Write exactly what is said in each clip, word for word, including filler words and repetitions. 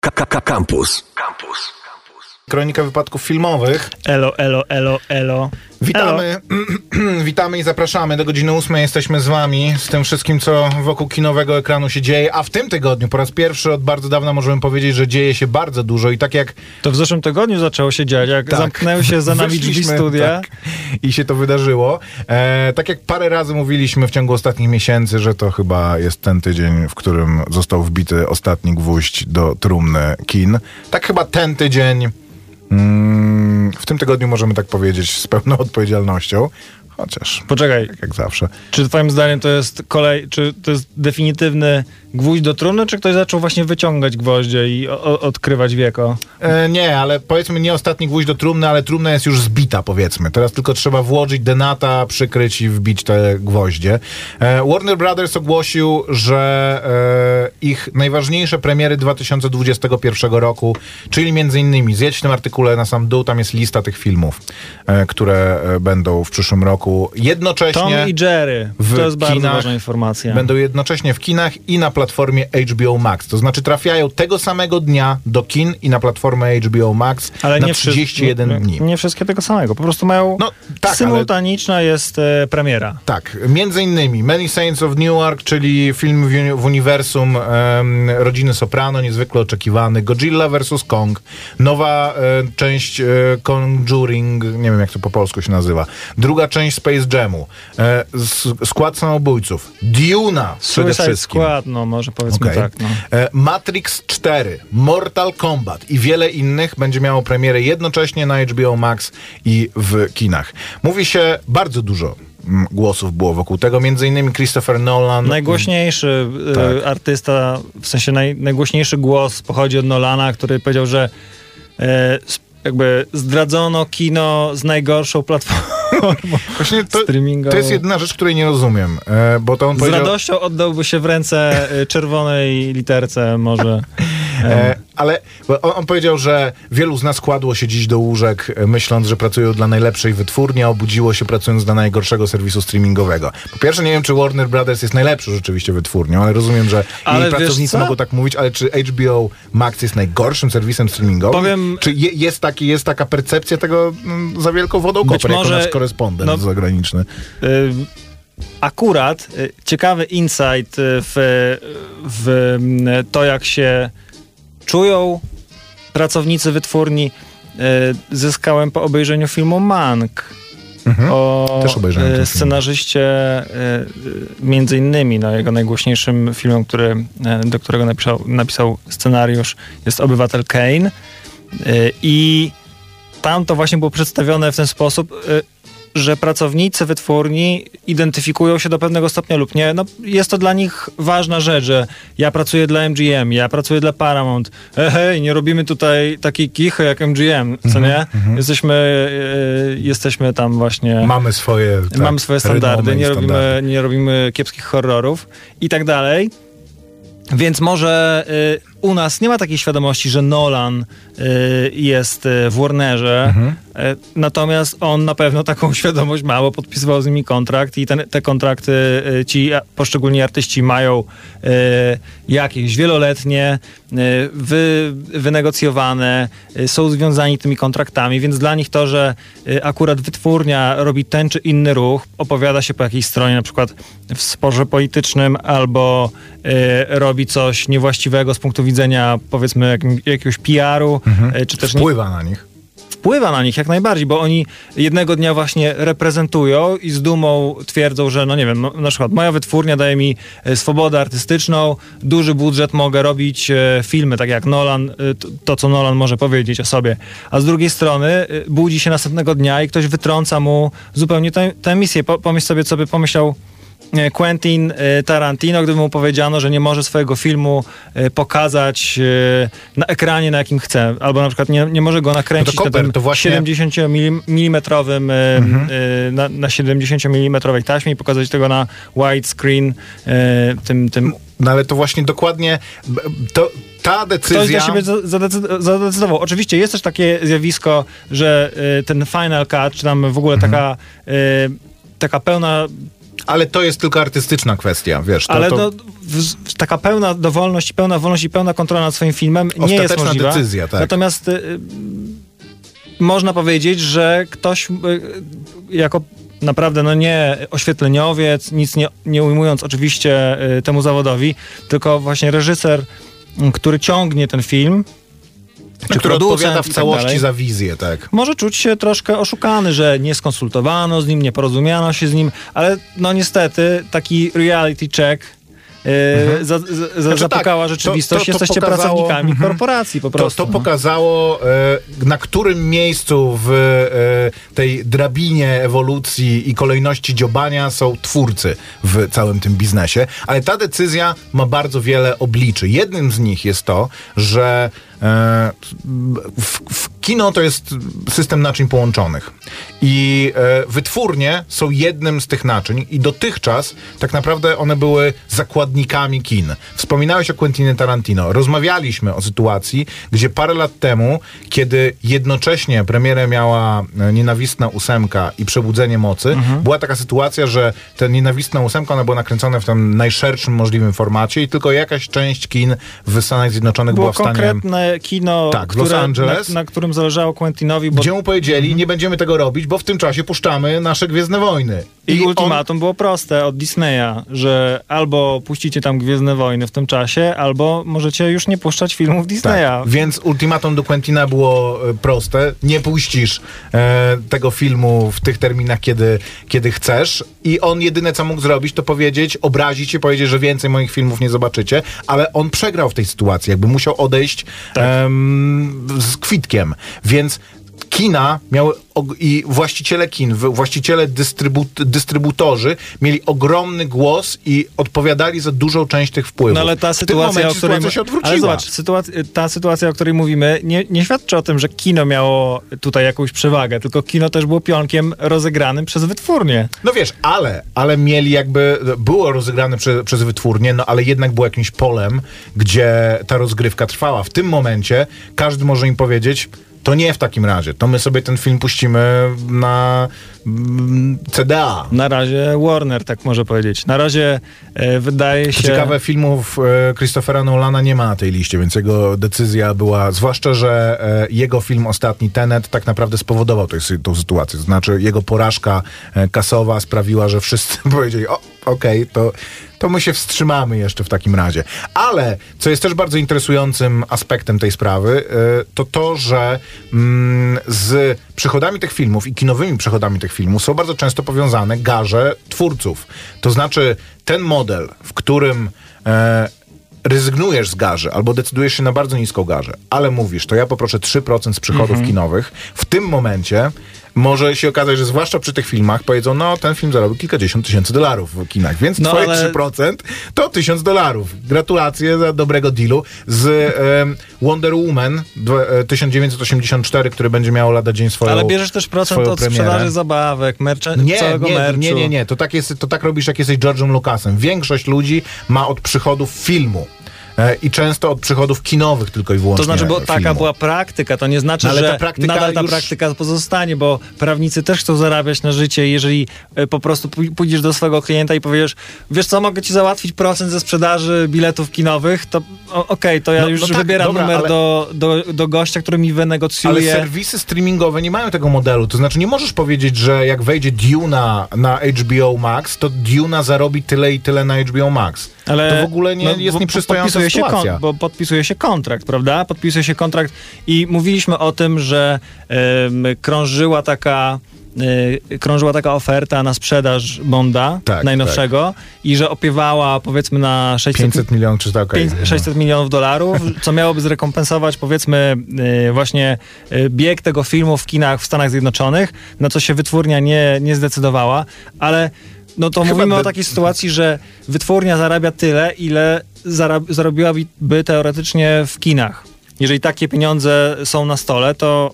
Campus. Campus. Kronika wypadków filmowych. Elo, elo, elo, elo. Witamy, witamy i zapraszamy. Do godziny ósmej jesteśmy z wami, z tym wszystkim, co wokół kinowego ekranu się dzieje, a w tym tygodniu po raz pierwszy od bardzo dawna możemy powiedzieć, że dzieje się bardzo dużo i tak jak... To w zeszłym tygodniu zaczęło się dziać, jak tak, zamknęły się za nami drzwi studia. Tak, i się to wydarzyło. E, tak jak parę razy mówiliśmy w ciągu ostatnich miesięcy, że to chyba jest ten tydzień, w którym został wbity ostatni gwóźdź do trumny kin. Tak chyba ten tydzień... W tym tygodniu możemy tak powiedzieć z pełną odpowiedzialnością, chociaż poczekaj, tak jak zawsze. Czy twoim zdaniem to jest kolej, czy to jest definitywny gwóźdź do trumny, czy ktoś zaczął właśnie wyciągać gwoździe i o, odkrywać wieko? E, nie, ale powiedzmy nie ostatni gwóźdź do trumny, ale trumna jest już zbita, powiedzmy. Teraz tylko trzeba włożyć denata, przykryć i wbić te gwoździe. E, Warner Brothers ogłosił, że e, ich najważniejsze premiery dwa tysiące dwudziestego pierwszego roku, czyli między innymi, zjedź w tym artykule na sam dół, tam jest lista tych filmów, e, które e, będą w przyszłym roku jednocześnie Tom i Jerry, to jest bardzo ważna informacja. Będą jednocześnie w kinach i na platformie H B O Max. To znaczy trafiają tego samego dnia do kin i na platformę H B O Max ale na nie trzydzieści jeden nie, dni. Nie wszystkie tego samego. Po prostu mają... No, tak, symultaniczna ale... jest e, premiera. Tak. Między innymi Many Saints of Newark, czyli film w, uni- w uniwersum um, rodziny Soprano, niezwykle oczekiwany. Godzilla versus. Kong. Nowa e, część e, Conjuring, nie wiem jak to po polsku się nazywa. Druga część Space Jamu. E, s- skład samobójców. Duna przede Suicide wszystkim. Squad, no może powiedzmy okay. tak. No. E, Matrix cztery, Mortal Kombat i wiele innych będzie miało premierę jednocześnie na H B O Max i w kinach. Mówi się bardzo dużo głosów było wokół tego, między innymi Christopher Nolan. Najgłośniejszy tak. artysta, w sensie naj, najgłośniejszy głos pochodzi od Nolana, który powiedział, że e, jakby zdradzono kino z najgorszą platformą Właśnie to, streamingową. To jest jedyna rzecz, której nie rozumiem, e, bo to on z powiedział... radością oddałby się w ręce czerwonej literce może. E, ale on, on powiedział, że wielu z nas kładło się dziś do łóżek, myśląc, że pracują dla najlepszej wytwórni, a obudziło się pracując dla najgorszego serwisu streamingowego. Po pierwsze, nie wiem, czy Warner Brothers jest najlepszą rzeczywiście wytwórnią, ale rozumiem, że ale jej pracownicy co? mogą tak mówić, ale czy H B O Max jest najgorszym serwisem streamingowym? Powiem, czy je, jest, taki, jest taka percepcja tego m, za wielką wodą kopę, jako nasz korespondent no, zagraniczny? Y- Akurat y, ciekawy insight w, w to, jak się czują pracownicy wytwórni, y, zyskałem po obejrzeniu filmu Mank. Mhm. O Też obejrzałem y, scenarzyście y, między innymi no, jego najgłośniejszym filmem, który, y, do którego napisał, napisał scenariusz, jest Obywatel Kane. Y, I tam to właśnie było przedstawione w ten sposób, y, że pracownicy wytwórni identyfikują się do pewnego stopnia lub nie. No, jest to dla nich ważna rzecz, że ja pracuję dla M G M, ja pracuję dla Paramount. Hej, hej, nie robimy tutaj takiej kichy jak M G M, co nie? Mm-hmm. Jesteśmy, e, jesteśmy tam właśnie... Mamy swoje... Tak, mamy swoje standardy, nie robimy, standardy. nie robimy kiepskich horrorów i tak dalej. Więc może y, u nas nie ma takiej świadomości, że Nolan y, jest y, w Warnerze, mhm. y, natomiast on na pewno taką świadomość ma, bo podpisywał z nimi kontrakt i ten, te kontrakty y, ci a, poszczególni artyści mają y, jakieś wieloletnie, y, wy, wynegocjowane, y, są związani tymi kontraktami, więc dla nich to, że y, akurat wytwórnia robi ten czy inny ruch, opowiada się po jakiejś stronie, na przykład w sporze politycznym albo y, robi coś niewłaściwego z punktu widzenia, powiedzmy, jak, jakiegoś P R-u. Mhm. Czy też wpływa nie, na nich. Wpływa na nich jak najbardziej, bo oni jednego dnia właśnie reprezentują i z dumą twierdzą, że no nie wiem, na przykład moja wytwórnia daje mi swobodę artystyczną, duży budżet, mogę robić e, filmy, tak jak Nolan, e, to, to co Nolan może powiedzieć o sobie. A z drugiej strony e, budzi się następnego dnia i ktoś wytrąca mu zupełnie tę misję. Po, pomyśl sobie, co by pomyślał Quentin Tarantino, gdyby mu powiedziano, że nie może swojego filmu pokazać na ekranie, na jakim chce. Albo na przykład nie, nie może go nakręcić no Koper, na tym właśnie... siedemdziesięciomilimetrowym mhm. na, na siedemdziesięciomilimetrowej taśmie i pokazać tego na widescreen tym, tym... No ale to właśnie dokładnie to, ta decyzja... Ktoś dla siebie zadecydował. Oczywiście jest też takie zjawisko, że ten Final Cut, czy tam w ogóle mhm. taka, taka pełna Ale to jest tylko artystyczna kwestia, wiesz. To, Ale to... No, w, w, taka pełna dowolność, pełna wolność i pełna kontrola nad swoim filmem nie jest możliwa. Ostateczna decyzja, tak. Natomiast y, można powiedzieć, że ktoś y, jako naprawdę no nie oświetleniowiec, nic nie, nie ujmując oczywiście y, temu zawodowi, tylko właśnie reżyser, y, który ciągnie ten film, czy który odpowiada w całości tak za wizję, tak. Może czuć się troszkę oszukany, że nie skonsultowano z nim, nie porozumiano się z nim, ale no niestety taki reality check yy, mhm. za, za, znaczy zapukała tak, rzeczywistość. To, to, to Jesteście pokazało, pracownikami mhm. korporacji po prostu. To, to pokazało, e, na którym miejscu w e, tej drabinie ewolucji i kolejności dziobania są twórcy w całym tym biznesie. Ale ta decyzja ma bardzo wiele obliczy. Jednym z nich jest to, że W, w kino to jest system naczyń połączonych i e, wytwórnie są jednym z tych naczyń i dotychczas tak naprawdę one były zakładnikami kin. Wspominałeś o Quentinie Tarantino. Rozmawialiśmy o sytuacji, gdzie parę lat temu, kiedy jednocześnie premierę miała Nienawistna ósemka i Przebudzenie mocy, mhm. była taka sytuacja, że ta Nienawistna ósemka, ona była nakręcona w tym najszerszym możliwym formacie i tylko jakaś część kin w Stanach Zjednoczonych było była w stanie... konkretne kino, tak, w które, Los Angeles, na, na którym zależało Quentinowi. Bo... Gdzie mu powiedzieli, mhm. nie będziemy tego robić, bo w tym czasie puszczamy nasze Gwiezdne Wojny. I, I ultimatum on... było proste od Disneya, że albo puścicie tam Gwiezdne Wojny w tym czasie, albo możecie już nie puszczać filmów Disneya. Tak, więc ultimatum do Quentina było e, proste. Nie puścisz e, tego filmu w tych terminach, kiedy, kiedy chcesz. I on jedyne, co mógł zrobić, to powiedzieć, obrazić się, powiedzieć, że więcej moich filmów nie zobaczycie, ale on przegrał w tej sytuacji. Jakby musiał odejść tak. em, z kwitkiem. Więc kina miały i właściciele kin, właściciele dystrybu, dystrybutorzy mieli ogromny głos i odpowiadali za dużą część tych wpływów. No ale ta sytuacja, momencie, o której sytuacja się odwróciła. Ale zobacz, sytuacja, ta sytuacja, o której mówimy, nie, nie świadczy o tym, że kino miało tutaj jakąś przewagę, tylko kino też było pionkiem rozegranym przez wytwórnię. No wiesz, ale, ale mieli jakby, było rozegrane prze, przez wytwórnię, no ale jednak było jakimś polem, gdzie ta rozgrywka trwała. W tym momencie każdy może im powiedzieć, to nie w takim razie. To my sobie ten film puścimy na mm, C D A. Na razie Warner, tak może powiedzieć. Na razie e, wydaje się... Ciekawe, filmów e, Christophera Nolana nie ma na tej liście, więc jego decyzja była, zwłaszcza, że e, jego film ostatni Tenet tak naprawdę spowodował tę, tę sytuację. To znaczy jego porażka e, kasowa sprawiła, że wszyscy powiedzieli, o, okej, okay, to to my się wstrzymamy jeszcze w takim razie. Ale, co jest też bardzo interesującym aspektem tej sprawy, to to, że z przychodami tych filmów i kinowymi przychodami tych filmów są bardzo często powiązane garze twórców. To znaczy, ten model, w którym rezygnujesz z garzy albo decydujesz się na bardzo niską garzę, ale mówisz, to ja poproszę trzy procent z przychodów mhm. kinowych, w tym momencie może się okazać, że zwłaszcza przy tych filmach powiedzą, no ten film zarobił kilkadziesiąt tysięcy dolarów w kinach, więc no, twoje ale... trzy procent to tysiąc dolarów. Gratulacje za dobrego dealu. Z um, Wonder Woman tysiąc dziewięćset osiemdziesiąt cztery, który będzie miał lada dzień swoją Ale bierzesz też procent od premierę. Sprzedaży zabawek, mercha, nie, całego nie, merchu. Nie, nie, nie. To tak, jest, to tak robisz, jak jesteś George'em Lucasem. Większość ludzi ma od przychodów filmu. I często od przychodów kinowych tylko i wyłącznie. To znaczy, bo filmu. taka była praktyka, to nie znaczy, no, że ta praktyka nadal ta już... praktyka pozostanie, bo prawnicy też chcą zarabiać na życie. Jeżeli po prostu pójdziesz do swojego klienta i powiesz, wiesz co, mogę ci załatwić procent ze sprzedaży biletów kinowych, to okej, okay, to ja no, już no tak, wybieram dobra, numer ale... do, do, do gościa, który mi wynegocjuje. Ale serwisy streamingowe nie mają tego modelu. To znaczy, nie możesz powiedzieć, że jak wejdzie Duna na H B O Max, to Duna zarobi tyle i tyle na H B O Max. Ale to w ogóle nie, no, jest nieprzystająca sytuacja. Się, bo podpisuje się kontrakt, prawda? Podpisuje się kontrakt i mówiliśmy o tym, że um, krążyła taka y, krążyła taka oferta na sprzedaż Bonda tak, najnowszego tak. i że opiewała powiedzmy na sześćset pięćset milionów, czy tak, okay. sześćset milionów dolarów, co miałoby zrekompensować powiedzmy y, właśnie y, bieg tego filmu w kinach w Stanach Zjednoczonych, na co się wytwórnia nie, nie zdecydowała, ale no to Chyba mówimy de... o takiej sytuacji, że wytwórnia zarabia tyle, ile zarab- zarobiłaby teoretycznie w kinach. Jeżeli takie pieniądze są na stole, to w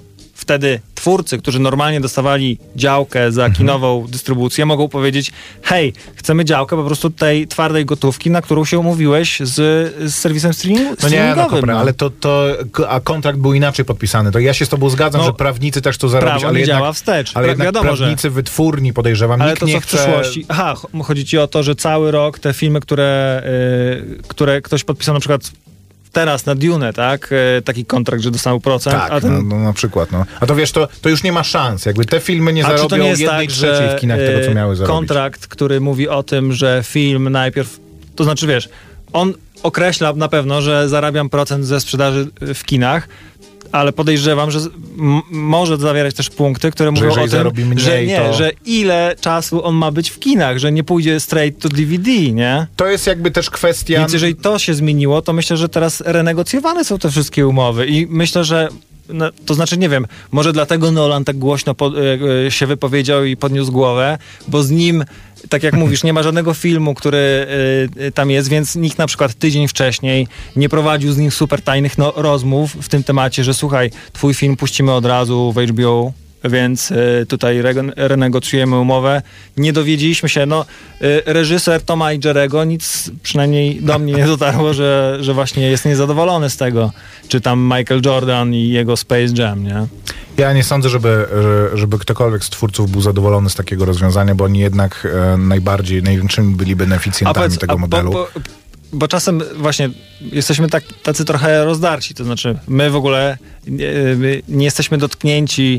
wtedy twórcy, którzy normalnie dostawali działkę za kinową mhm. dystrybucję, mogą powiedzieć, hej, chcemy działkę po prostu tej twardej gotówki, na którą się umówiłeś z, z serwisem streaming, no streamingowym. Nie, no dobra, ale to, to, a kontrakt był inaczej podpisany. To ja się z tobą zgadzam, no, że prawnicy też to zarobić, prawo ale nie jednak, działa wstecz. ale jednak wiadomo, prawnicy że... wytwórni, podejrzewam, ale nikt to, nie co w chce... przyszłości... Aha, chodzi ci o to, że cały rok te filmy, które, yy, które ktoś podpisał na przykład teraz na Dune, tak? E, taki kontrakt, że dostaną procent. Tak, a ten... no, no na przykład. No. A to wiesz, to, to już nie ma szans. Jakby te filmy nie a zarobią czy to nie jest jednej tak, trzeciej że, w kinach tego, co miały zarobić. kontrakt, który mówi o tym, że film najpierw... To znaczy, wiesz, on określa na pewno, że zarabiam procent ze sprzedaży w kinach, ale podejrzewam, że m- może zawierać też punkty, które mówią o tym, mniej, że nie, to... że ile czasu on ma być w kinach, że nie pójdzie straight to D V D, nie? To jest jakby też kwestia... Więc jeżeli to się zmieniło, to myślę, że teraz renegocjowane są te wszystkie umowy i myślę, że no, to znaczy, nie wiem, może dlatego Nolan tak głośno po, e, się wypowiedział i podniósł głowę, bo z nim, tak jak mówisz, nie ma żadnego filmu, który e, tam jest, więc nikt na przykład tydzień wcześniej nie prowadził z nim super tajnych no, rozmów w tym temacie, że słuchaj, twój film puścimy od razu w H B O, więc y, tutaj re- renegocjujemy umowę. Nie dowiedzieliśmy się, no y, reżyser Toma i Jerry'ego nic przynajmniej do mnie nie dotarło, że, że właśnie jest niezadowolony z tego, czy tam Michael Jordan i jego Space Jam, nie? Ja nie sądzę, żeby, żeby ktokolwiek z twórców był zadowolony z takiego rozwiązania, bo oni jednak e, najbardziej, największymi byli beneficjentami powiedz, tego a, modelu. Bo, bo, bo czasem właśnie jesteśmy tak, tacy trochę rozdarci, to znaczy my w ogóle nie, nie jesteśmy dotknięci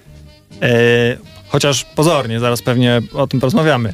Yy, chociaż pozornie, zaraz pewnie o tym porozmawiamy,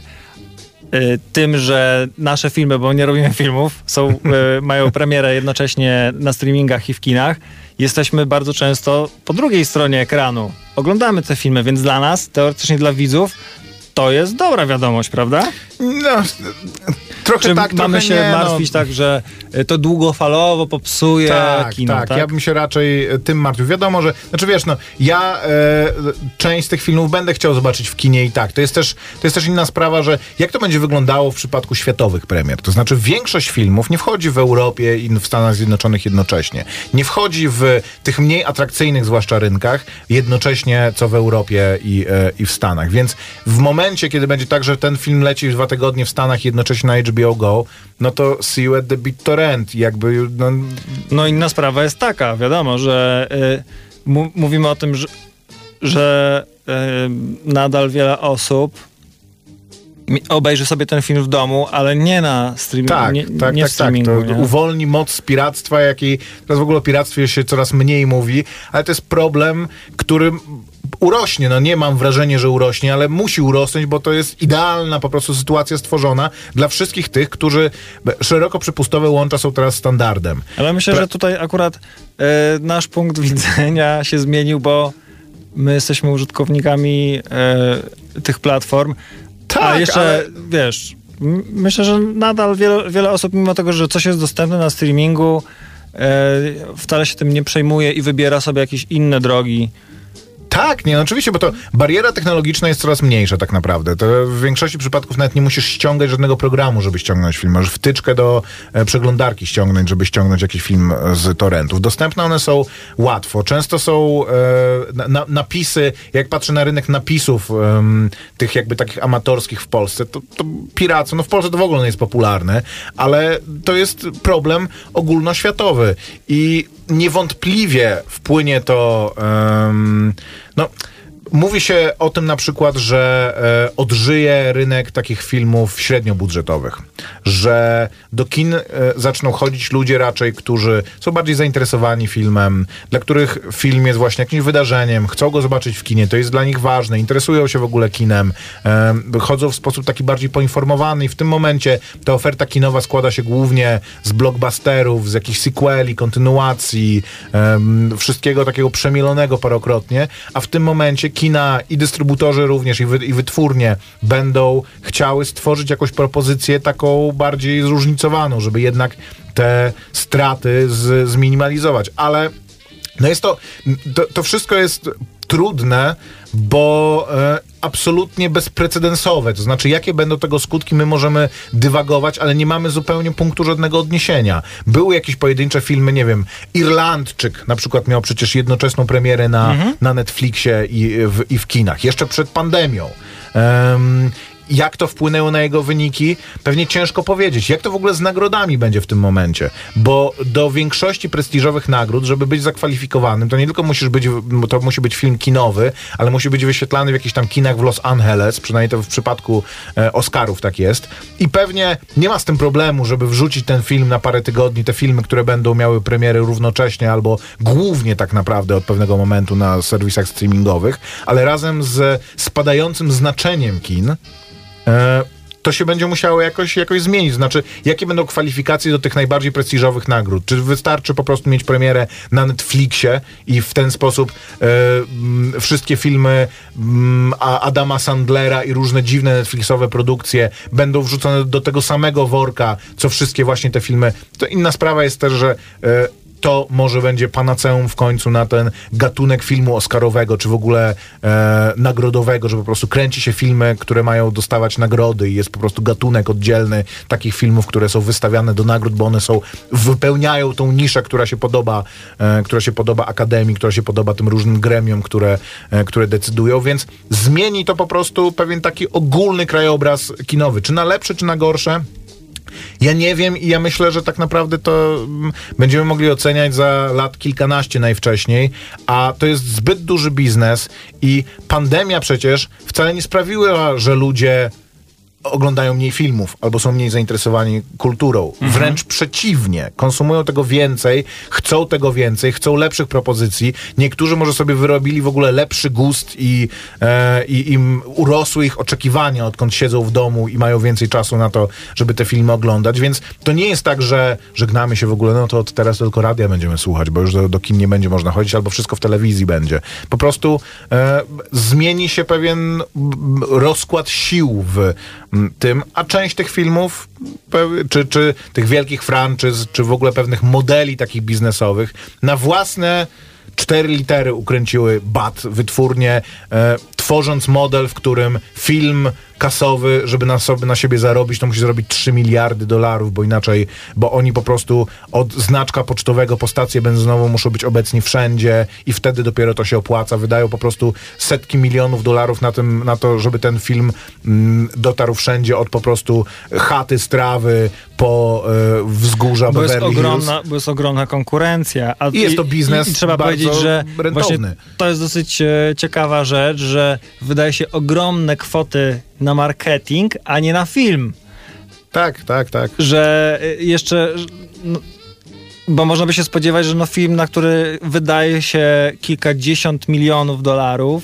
yy, tym, że nasze filmy, bo nie robimy filmów, są, yy, mają premierę jednocześnie na streamingach i w kinach, jesteśmy bardzo często po drugiej stronie ekranu. Oglądamy te filmy, więc dla nas, teoretycznie dla widzów, to jest dobra wiadomość, prawda? No, trochę Czy tak, mamy trochę się nie, martwić no. tak, że to długofalowo popsuje tak, kino, tak, tak? ja bym się raczej tym martwił. Wiadomo, że, znaczy wiesz, no, ja e, część z tych filmów będę chciał zobaczyć w kinie i tak. To jest też, to jest też inna sprawa, że jak to będzie wyglądało w przypadku światowych premier. To znaczy większość filmów nie wchodzi w Europie i w Stanach Zjednoczonych jednocześnie. Nie wchodzi w tych mniej atrakcyjnych zwłaszcza rynkach jednocześnie co w Europie i, e, i w Stanach. Więc w momencie, kiedy będzie tak, że ten film leci w dwa tygodnie w Stanach i jednocześnie na H B O Go, no to see you at the BitTorrent. Jakby, no... no inna sprawa jest taka, wiadomo, że y, m- mówimy o tym, że, że y, nadal wiele osób obejrzy sobie ten film w domu, ale nie na streamingu. Tak, nie, tak, nie tak, w streamingu, tak. To nie? uwolni moc piractwa, jakiej teraz w ogóle o piractwie się coraz mniej mówi, ale to jest problem, który urośnie. No nie mam wrażenia, że urośnie, ale musi urosnąć, bo to jest idealna po prostu sytuacja stworzona dla wszystkich tych, którzy szeroko przepustowe łącza są teraz standardem. Ale myślę, Pra- że tutaj akurat y, nasz punkt widzenia się zmienił, bo my jesteśmy użytkownikami y, tych platform. Tak, a jeszcze, ale... wiesz, m- myślę, że nadal wiele, wiele osób, mimo tego, że coś jest dostępne na streamingu, e, wcale się tym nie przejmuje i wybiera sobie jakieś inne drogi. Tak, nie, no oczywiście, bo to bariera technologiczna jest coraz mniejsza tak naprawdę. To w większości przypadków nawet nie musisz ściągać żadnego programu, żeby ściągnąć film. Możesz wtyczkę do e, przeglądarki ściągnąć, żeby ściągnąć jakiś film z torrentów. Dostępne one są łatwo. Często są e, na, napisy, jak patrzę na rynek napisów e, tych jakby takich amatorskich w Polsce, to, to piractwo, no w Polsce to w ogóle nie jest popularne, ale to jest problem ogólnoświatowy i niewątpliwie wpłynie to um, no mówi się o tym na przykład, że e, odżyje rynek takich filmów średniobudżetowych, że do kin e, zaczną chodzić ludzie raczej, którzy są bardziej zainteresowani filmem, dla których film jest właśnie jakimś wydarzeniem, chcą go zobaczyć w kinie, to jest dla nich ważne, interesują się w ogóle kinem, e, chodzą w sposób taki bardziej poinformowany i w tym momencie ta oferta kinowa składa się głównie z blockbusterów, z jakichś sequeli, kontynuacji, e, wszystkiego takiego przemielonego parokrotnie, a w tym momencie kina i dystrybutorzy również i, wy, i wytwórnie będą chciały stworzyć jakąś propozycję taką bardziej zróżnicowaną, żeby jednak te straty z, zminimalizować. Ale no jest to, to, to wszystko jest trudne, bo e, absolutnie bezprecedensowe. To znaczy, jakie będą tego skutki, my możemy dywagować, ale nie mamy zupełnie punktu żadnego odniesienia. Były jakieś pojedyncze filmy, nie wiem, Irlandczyk na przykład miał przecież jednoczesną premierę na, mhm. na Netflixie i w, i w kinach. Jeszcze przed pandemią. Um, Jak to wpłynęło na jego wyniki? Pewnie ciężko powiedzieć. Jak to w ogóle z nagrodami będzie w tym momencie? Bo do większości prestiżowych nagród, żeby być zakwalifikowanym, to nie tylko musisz być, to musi być film kinowy, ale musi być wyświetlany w jakichś tam kinach w Los Angeles, przynajmniej to w przypadku e, Oscarów tak jest. I pewnie nie ma z tym problemu, żeby wrzucić ten film na parę tygodni, te filmy, które będą miały premiery równocześnie albo głównie tak naprawdę od pewnego momentu na serwisach streamingowych, ale razem z spadającym znaczeniem kin to się będzie musiało jakoś, jakoś zmienić. Znaczy, jakie będą kwalifikacje do tych najbardziej prestiżowych nagród? Czy wystarczy po prostu mieć premierę na Netflixie i w ten sposób e, m, wszystkie filmy m, Adama Sandlera i różne dziwne Netflixowe produkcje będą wrzucone do tego samego worka, co wszystkie właśnie te filmy? To inna sprawa jest też, że e, to może będzie panaceum w końcu na ten gatunek filmu oscarowego, czy w ogóle e, nagrodowego, że po prostu kręci się filmy, które mają dostawać nagrody i jest po prostu gatunek oddzielny takich filmów, które są wystawiane do nagród, bo one są, wypełniają tą niszę, która się podoba, e, która się podoba Akademii, która się podoba tym różnym gremiom, które, e, które decydują, więc zmieni to po prostu pewien taki ogólny krajobraz kinowy. Czy na lepsze, czy na gorsze? Ja nie wiem i ja myślę, że tak naprawdę to będziemy mogli oceniać za lat kilkanaście najwcześniej, a to jest zbyt duży biznes i pandemia przecież wcale nie sprawiła, że ludzie oglądają mniej filmów albo są mniej zainteresowani kulturą. Mhm. Wręcz przeciwnie. Konsumują tego więcej, chcą tego więcej, chcą lepszych propozycji. Niektórzy może sobie wyrobili w ogóle lepszy gust i, e, i im urosły ich oczekiwania, odkąd siedzą w domu i mają więcej czasu na to, żeby te filmy oglądać. Więc to nie jest tak, że żegnamy się w ogóle, no to od teraz tylko radia będziemy słuchać, bo już do, do kin nie będzie można chodzić, albo wszystko w telewizji będzie. Po prostu e, zmieni się pewien rozkład sił w tym, a część tych filmów, czy, czy tych wielkich franczyz, czy w ogóle pewnych modeli takich biznesowych na własne cztery litery ukręciły B A T, wytwórnie, e, tworząc model, w którym film kasowy, żeby na, sobie, na siebie zarobić, to musi zarobić trzy miliardy dolarów, bo inaczej, bo oni po prostu od znaczka pocztowego po stację benzynową muszą być obecni wszędzie i wtedy dopiero to się opłaca. Wydają po prostu setki milionów dolarów na, tym, na to, żeby ten film mm, dotarł wszędzie, od po prostu chaty z trawy po e, wzgórza bo Beverly jest ogromna, Hills. Bo jest ogromna konkurencja. A I jest to biznes i, i trzeba bardzo powiedzieć, że rentowny. właśnie to jest dosyć e, ciekawa rzecz, że wydaje się ogromne kwoty na marketing, a nie na film. Tak, tak, tak. Że jeszcze... No, bo można by się spodziewać, że no film, na który wydaje się kilkadziesiąt milionów dolarów,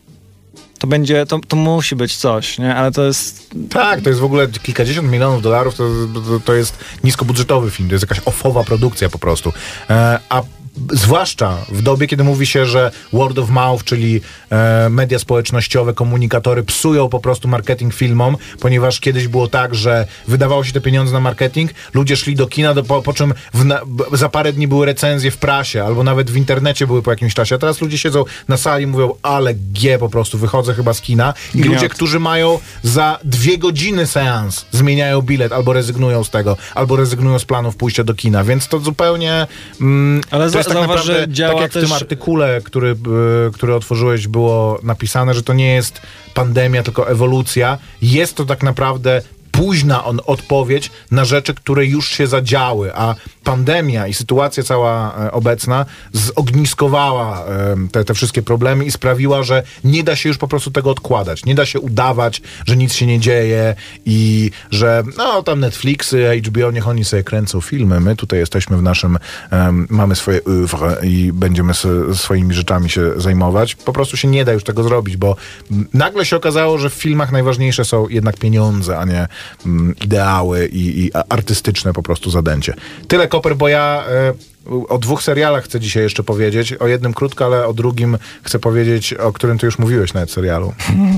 to będzie, to, to musi być coś, nie? Ale to jest... Tak, to jest w ogóle kilkadziesiąt milionów dolarów, to, to, to jest niskobudżetowy film, to jest jakaś ofowa produkcja po prostu. E, a zwłaszcza w dobie, kiedy mówi się, że word of mouth, czyli e, media społecznościowe, komunikatory psują po prostu marketing filmom, ponieważ kiedyś było tak, że wydawało się te pieniądze na marketing, ludzie szli do kina, do, po, po czym w na, za parę dni były recenzje w prasie, albo nawet w internecie były po jakimś czasie, a teraz ludzie siedzą na sali i mówią, ale G po prostu, wychodzę chyba z kina i Gniot. Ludzie, którzy mają za dwie godziny seans, zmieniają bilet, albo rezygnują z tego, albo rezygnują z planów pójścia do kina, więc to zupełnie... Mm, ale to jest tak zauważ, naprawdę, że działa tak jak też... w tym artykule, który, y, który otworzyłeś, było napisane, że to nie jest pandemia, tylko ewolucja. Jest to tak naprawdę późna on odpowiedź na rzeczy, które już się zadziały, a pandemia i sytuacja cała e, obecna zogniskowała e, te, te wszystkie problemy i sprawiła, że nie da się już po prostu tego odkładać. Nie da się udawać, że nic się nie dzieje i że no tam Netflixy, H B O, niech oni sobie kręcą filmy. My tutaj jesteśmy w naszym, um, mamy swoje oeuvre i będziemy se, swoimi rzeczami się zajmować. Po prostu się nie da już tego zrobić, bo nagle się okazało, że w filmach najważniejsze są jednak pieniądze, a nie ideały i, i artystyczne po prostu zadęcie. Tyle, Koper, bo ja e, o dwóch serialach chcę dzisiaj jeszcze powiedzieć. O jednym krótko, ale o drugim chcę powiedzieć, o którym ty już mówiłeś nawet serialu.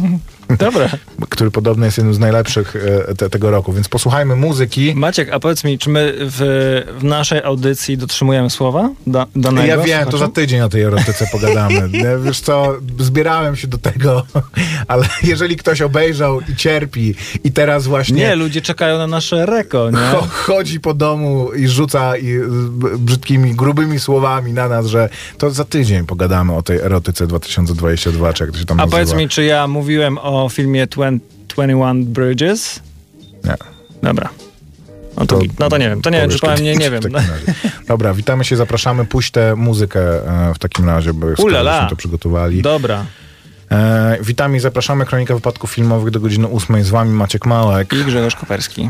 Dobra. Który podobno jest jednym z najlepszych te, tego roku, więc posłuchajmy muzyki. Maciek, a powiedz mi, czy my w, w naszej audycji dotrzymujemy słowa da, danego? Ja wiem, słuchaczu? to za tydzień o tej erotyce pogadamy. Wiesz co, zbierałem się do tego, ale jeżeli ktoś obejrzał i cierpi i teraz właśnie... Nie, ludzie czekają na nasze reko, nie? Cho, chodzi po domu i rzuca i, brzydkimi, grubymi słowami na nas, że to za tydzień pogadamy o tej erotyce dwa tysiące dwudziestym drugim, czy jak to się tam A nazywa. powiedz mi, czy ja mówiłem o filmie dwadzieścia jeden Bridges? Nie. Dobra. No to, no to nie wiem, to nie wiem, czy powiem, nie, nie wiem. Dobra, witamy się, zapraszamy, puść tę muzykę w takim razie, bo skoro to przygotowali. Dobra. E, witamy i zapraszamy, Kronika Wypadków Filmowych do godziny ósmej. Z wami Maciek Małek i Grzegorz Koperski.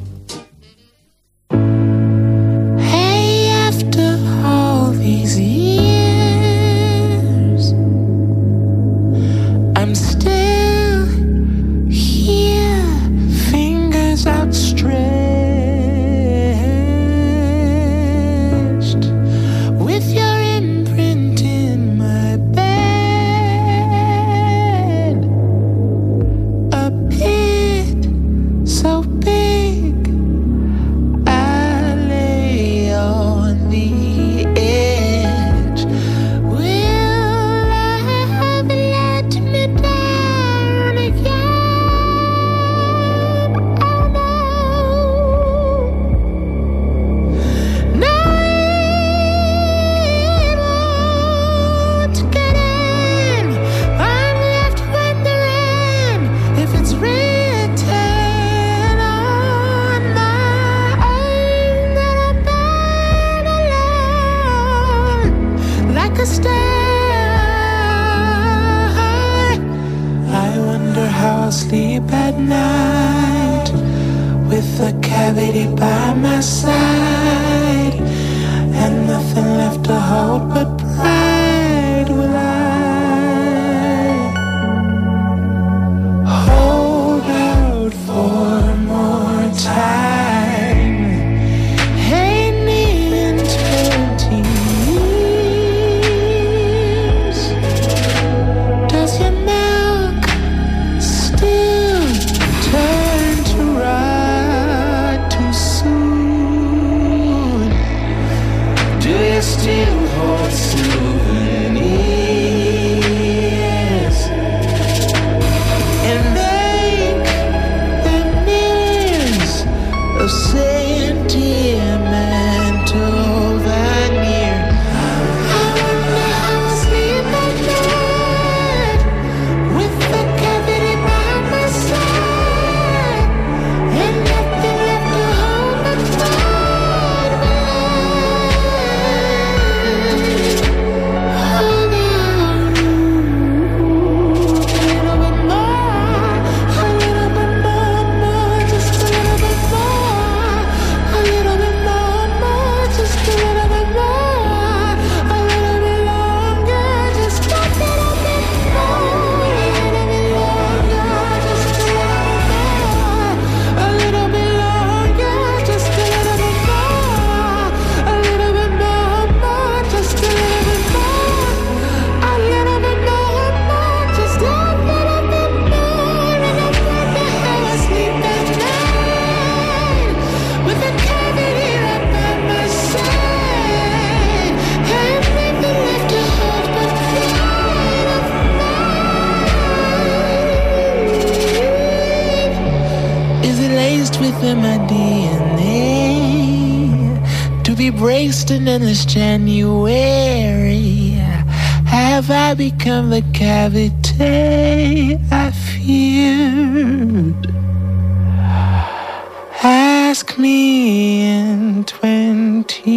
Hey, after all these years, I'm still here, fingers outstretched, with your imprint in my bed, a pit so big I lay on the edge. Will love let me down again? Oh no, no, it won't get in. I'm left wondering if it's written on my own that I'm born alone, like a star. I wonder how I'll sleep at night with a cavity by my side and nothing left to hold but pride. Will I hold out for more time? Hey, me in twenty years, does your milk still turn to rot too soon? Do you still hold souvenirs and make the mirrors of sentimental veneer? I wonder how I'll sleep at night with the cavity by my side and nothing left to hold but pride. Hold on a little bit more, a little bit more, more, just a little bit more, a little bit more, more, just a little bit more, a little bit longer, just a little bit more, a little bit longer, just a little bit more, a little bit longer, just a little bit more, a little bit more, more, just a little bit more, a little bit more, more, just a little bit more, and I wonder how I sleep at night with a cavity right by my side and nothing left to hold but pride of mine. Is it laced within my D N A to be braced in endless January? Have I become the cavity I feared? Ask me in twenty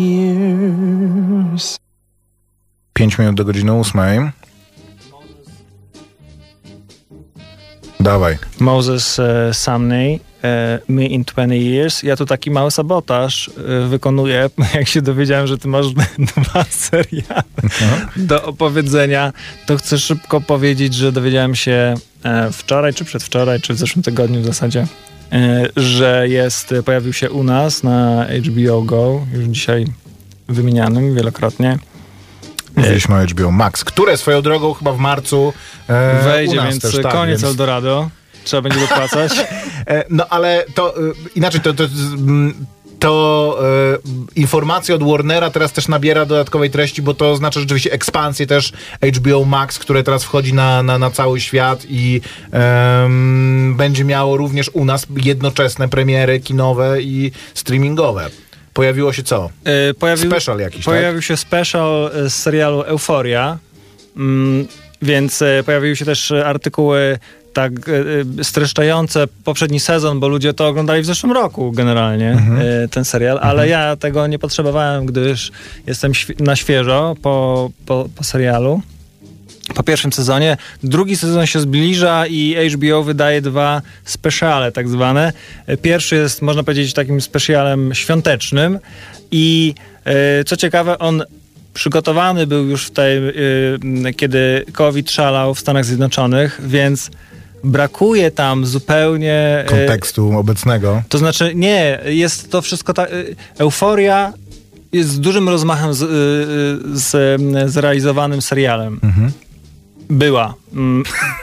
years. Pięć minut do godziny ósmej. Dawaj. Moses e, Sumney, e, Me in twenty years. Ja tu taki mały sabotaż e, wykonuję, jak się dowiedziałem, że ty masz dwa seriale do opowiedzenia, to chcę szybko powiedzieć, że dowiedziałem się e, wczoraj, czy przedwczoraj, czy w zeszłym tygodniu w zasadzie, e, że jest, pojawił się u nas na H B O Go, już dzisiaj wymienianym wielokrotnie, Mówiliśmy o H B O Max, które swoją drogą chyba w marcu e, wejdzie, u nas więc też, tak, koniec więc... Eldorado. Trzeba będzie dopłacać. E, no ale to e, inaczej, to, to, to e, informacja od Warnera teraz też nabiera dodatkowej treści, bo to oznacza rzeczywiście ekspansję też H B O Max, które teraz wchodzi na, na, na cały świat i e, będzie miało również u nas jednoczesne premiery kinowe i streamingowe. Pojawiło się co? Yy, pojawił, Special jakiś, Pojawił tak? się special z serialu Euphoria, mm, więc y, pojawiły się też artykuły tak y, streszczające poprzedni sezon, bo ludzie to oglądali w zeszłym roku generalnie, mhm. y, ten serial, ale mhm. ja tego nie potrzebowałem, gdyż jestem świ- na świeżo po, po, po serialu. Po pierwszym sezonie. Drugi sezon się zbliża i H B O wydaje dwa speciale tak zwane. Pierwszy jest, można powiedzieć, takim specialem świątecznym i e, co ciekawe, on przygotowany był już w tej, e, kiedy COVID szalał w Stanach Zjednoczonych, więc brakuje tam zupełnie... kontekstu e, obecnego. To znaczy, nie, jest to wszystko tak... Euforia jest z dużym rozmachem z, z, zrealizowanym serialem. Mhm. Była. Mm.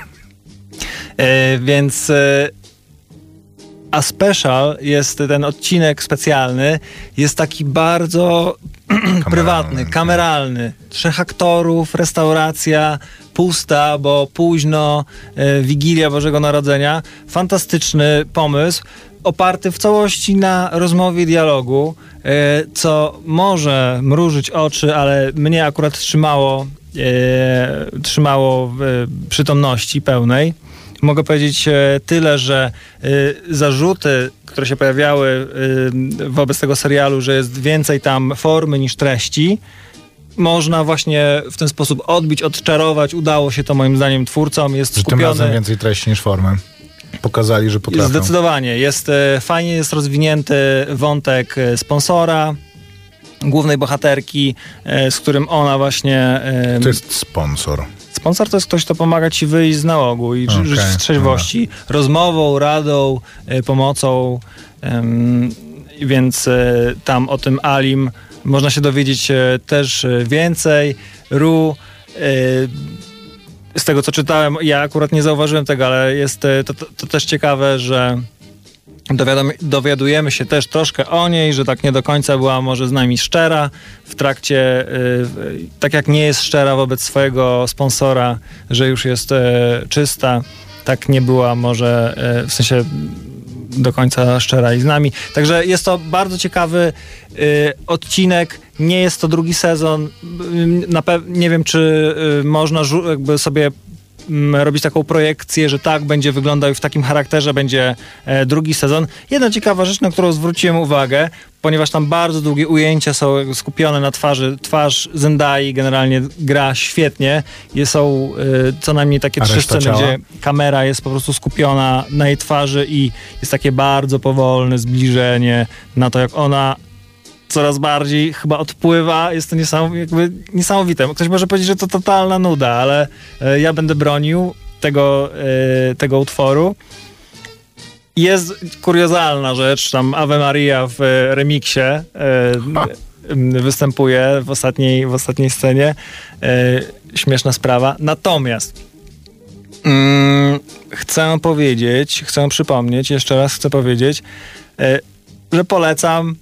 e, więc e, a special jest ten odcinek specjalny, jest taki bardzo prywatny, kameralny. Trzech aktorów, restauracja, pusta, bo późno, e, Wigilia Bożego Narodzenia. Fantastyczny pomysł, oparty w całości na rozmowie, dialogu, e, co może mrużyć oczy, ale mnie akurat trzymało E, trzymało w e, przytomności pełnej. Mogę powiedzieć e, tyle, że e, zarzuty, które się pojawiały e, wobec tego serialu, że jest więcej tam formy niż treści, można właśnie w ten sposób odbić, odczarować. Udało się to moim zdaniem twórcom. Jest że skupiony... tym razem więcej treści niż formy. Pokazali, że potrafią. Zdecydowanie. Jest, e, fajnie jest rozwinięty wątek e, sponsora, głównej bohaterki, e, z którym ona właśnie... E, to jest sponsor. Sponsor to jest ktoś, kto pomaga ci wyjść z nałogu i okay. żyć w trzeźwości. No. Rozmową, radą, e, pomocą. E, więc e, tam o tym Alim można się dowiedzieć e, też więcej. Ru... E, z tego, co czytałem, ja akurat nie zauważyłem tego, ale jest e, to, to, to też ciekawe, że Dowiadam, dowiadujemy się też troszkę o niej, że tak nie do końca była może z nami szczera w trakcie, yy, tak jak nie jest szczera wobec swojego sponsora, że już jest yy, czysta, tak nie była może yy, w sensie do końca szczera i z nami. Także jest to bardzo ciekawy yy, odcinek. Nie jest to drugi sezon. Yy, na pe- nie wiem, czy yy, można żu- jakby sobie robić taką projekcję, że tak będzie wyglądał i w takim charakterze będzie e, drugi sezon. Jedna ciekawa rzecz, na którą zwróciłem uwagę, ponieważ tam bardzo długie ujęcia są skupione na twarzy. Twarz Zendai generalnie gra świetnie. Jest, są e, co najmniej takie trzy sceny, ciała? Gdzie kamera jest po prostu skupiona na jej twarzy i jest takie bardzo powolne zbliżenie na to, jak ona coraz bardziej chyba odpływa. Jest to niesam, jakby niesamowite. Ktoś może powiedzieć, że to totalna nuda, ale e, ja będę bronił tego, e, tego utworu. Jest kuriozalna rzecz, tam Ave Maria w e, remiksie e, występuje w ostatniej, w ostatniej scenie. E, śmieszna sprawa. Natomiast mm, chcę powiedzieć, chcę przypomnieć, jeszcze raz chcę powiedzieć, e, że polecam.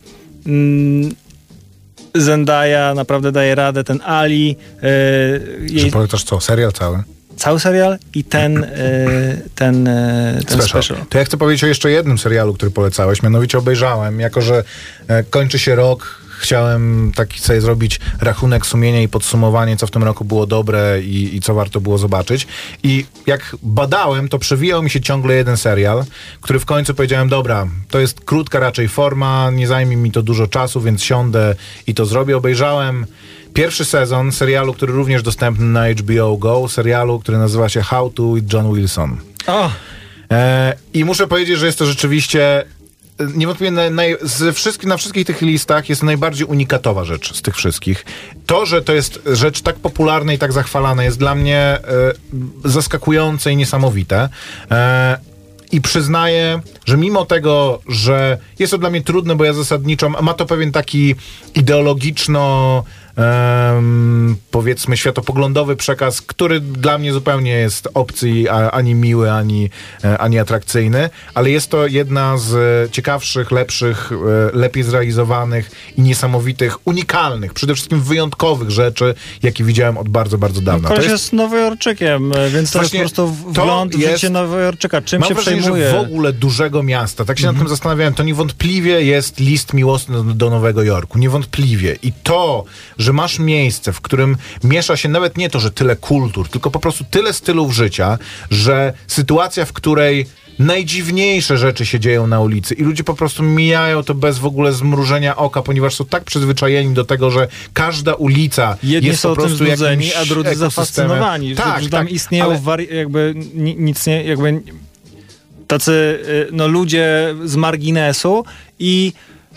Zendaya naprawdę daje radę, ten Ali. Yy, jej... Polecasz co? Serial cały? Cały serial i ten, yy, ten, yy, ten special. special. To ja chcę powiedzieć o jeszcze jednym serialu, który polecałeś, mianowicie obejrzałem. Jako że e, kończy się rok, chciałem taki sobie zrobić rachunek sumienia i podsumowanie, co w tym roku było dobre i, i co warto było zobaczyć. I jak badałem, to przewijał mi się ciągle jeden serial, który w końcu powiedziałem, dobra, to jest krótka raczej forma, nie zajmie mi to dużo czasu, więc siądę i to zrobię. Obejrzałem pierwszy sezon serialu, który również dostępny na H B O Go, serialu, który nazywa się How to with John Wilson. Oh. E, I muszę powiedzieć, że jest to rzeczywiście niewątpliwie na, na, ze wszystkich, na wszystkich tych listach jest to najbardziej unikatowa rzecz z tych wszystkich. To, że to jest rzecz tak popularna i tak zachwalana, jest dla mnie e, zaskakujące i niesamowite. E, I przyznaję, że mimo tego, że jest to dla mnie trudne, bo ja zasadniczo ma to pewien taki ideologiczno um, powiedzmy światopoglądowy przekaz, który dla mnie zupełnie jest obcy i a, ani miły, ani, ani atrakcyjny, ale jest to jedna z ciekawszych, lepszych, lepiej zrealizowanych i niesamowitych, unikalnych, przede wszystkim wyjątkowych rzeczy, jakie widziałem od bardzo, bardzo dawna. Koleś To jest... jest nowojorczykiem, więc to jest po prostu wgląd w życie nowojorczyka. Czym mam się wrażenie, przejmuje? że w ogóle dużego miasta, tak się Mhm. nad tym zastanawiałem, to niewątpliwie jest list miłosny do, do Nowego Jorku. Niewątpliwie. I to, że masz miejsce, w którym miesza się nawet nie to, że tyle kultur, tylko po prostu tyle stylów życia, że sytuacja, w której najdziwniejsze rzeczy się dzieją na ulicy i ludzie po prostu mijają to bez w ogóle zmrużenia oka, ponieważ są tak przyzwyczajeni do tego, że każda ulica Jedni jest są po prostu tym znudzeni, jakimś a drudzy ekosystemem. zafascynowani, Tak, że, że tam tak, istnieją ale... wari- jakby ni- nic nie, jakby tacy y, no, ludzie z marginesu i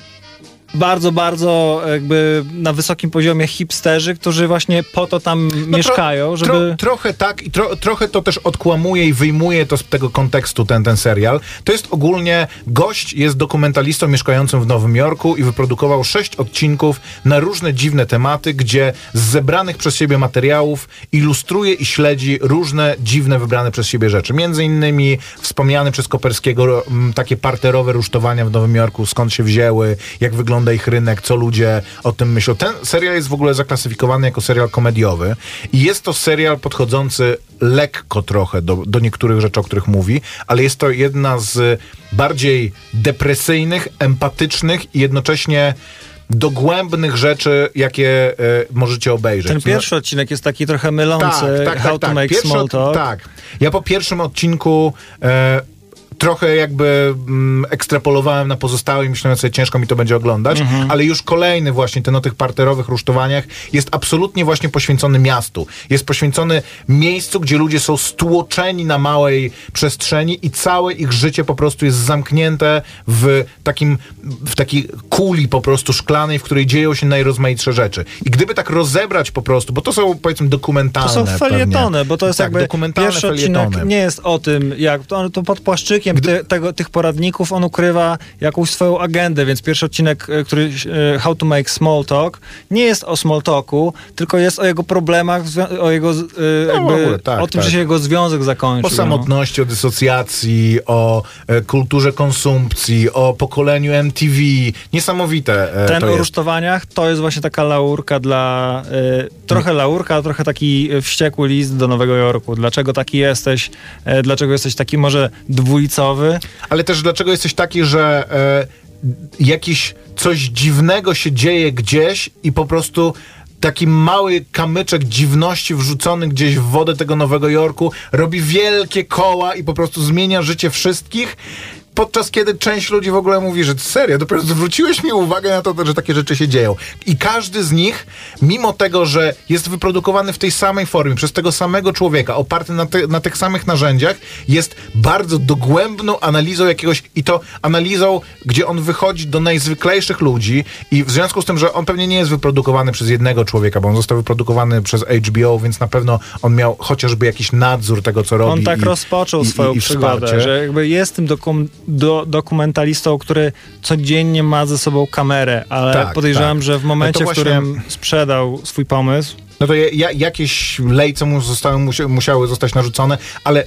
bardzo, bardzo jakby na wysokim poziomie hipsterzy, którzy właśnie po to tam No mieszkają, tro, żeby... Tro, trochę tak i tro, trochę to też odkłamuje i wyjmuje to z tego kontekstu ten, ten serial. To jest ogólnie, gość jest dokumentalistą mieszkającym w Nowym Jorku i wyprodukował sześć odcinków na różne dziwne tematy, gdzie z zebranych przez siebie materiałów ilustruje i śledzi różne dziwne wybrane przez siebie rzeczy. Między innymi wspomniane przez Koperskiego m, takie parterowe rusztowania w Nowym Jorku, skąd się wzięły, jak wygląda ich rynek, co ludzie o tym myślą. Ten serial jest w ogóle zaklasyfikowany jako serial komediowy i jest to serial podchodzący lekko trochę do, do niektórych rzeczy, o których mówi, ale jest to jedna z bardziej depresyjnych, empatycznych i jednocześnie dogłębnych rzeczy, jakie e, możecie obejrzeć. Ten pierwszy odcinek jest taki trochę mylący, tak, tak, How tak, to tak. Make Pierwszy Small od- Talk. Tak. Ja po pierwszym odcinku e, trochę jakby mm, ekstrapolowałem na pozostałe i myślałem sobie, ciężko mi to będzie oglądać, Mhm. ale już kolejny właśnie, ten o tych parterowych rusztowaniach jest absolutnie właśnie poświęcony miastu. Jest poświęcony miejscu, gdzie ludzie są stłoczeni na małej przestrzeni i całe ich życie po prostu jest zamknięte w takim, w takiej kuli po prostu szklanej, w której dzieją się najrozmaitsze rzeczy. I gdyby tak rozebrać po prostu, bo to są powiedzmy dokumentalne To są felietony, pewnie. bo to jest tak, jakby dokumentalne pierwszy odcinek felietony. nie jest o tym, jak to, to pod płaszczykiem ty, tego, tych poradników on ukrywa jakąś swoją agendę, więc pierwszy odcinek, e, który e, How to Make Small Talk, nie jest o small talku, tylko jest o jego problemach, zwi- o jego, e, jakby, w ogóle, tak, o tym, tak. że się jego związek zakończył. O samotności, o dysocjacji, o e, kulturze konsumpcji, o pokoleniu M T V. Niesamowite e, Ten to o jest. rusztowaniach to jest właśnie taka laurka dla... Y, trochę laurka, trochę taki wściekły list do Nowego Jorku. Dlaczego taki jesteś? E, dlaczego jesteś taki może dwulicowy? Ale też dlaczego jesteś taki, że e, jakiś coś dziwnego się dzieje gdzieś i po prostu taki mały kamyczek dziwności wrzucony gdzieś w wodę tego Nowego Jorku robi wielkie koła i po prostu zmienia życie wszystkich, podczas kiedy część ludzi w ogóle mówi, że serio, dopiero zwróciłeś mi uwagę na to, że takie rzeczy się dzieją. I każdy z nich, mimo tego, że jest wyprodukowany w tej samej formie, przez tego samego człowieka, oparty na, ty, na tych samych narzędziach, jest bardzo dogłębną analizą jakiegoś, i to analizą, gdzie on wychodzi do najzwyklejszych ludzi i w związku z tym, że on pewnie nie jest wyprodukowany przez jednego człowieka, bo on został wyprodukowany przez H B O, więc na pewno on miał chociażby jakiś nadzór tego, co robi. On tak i, rozpoczął i, swoją i, i przygodę, wsparcie. że jakby jest tym dokum, do, dokumentalistą, który codziennie ma ze sobą kamerę, ale Tak, podejrzewam, tak. że w momencie, No to w którym sprzedał swój pomysł, No to ja, ja, jakieś lejce mu zostały, musia, musiały zostać narzucone, ale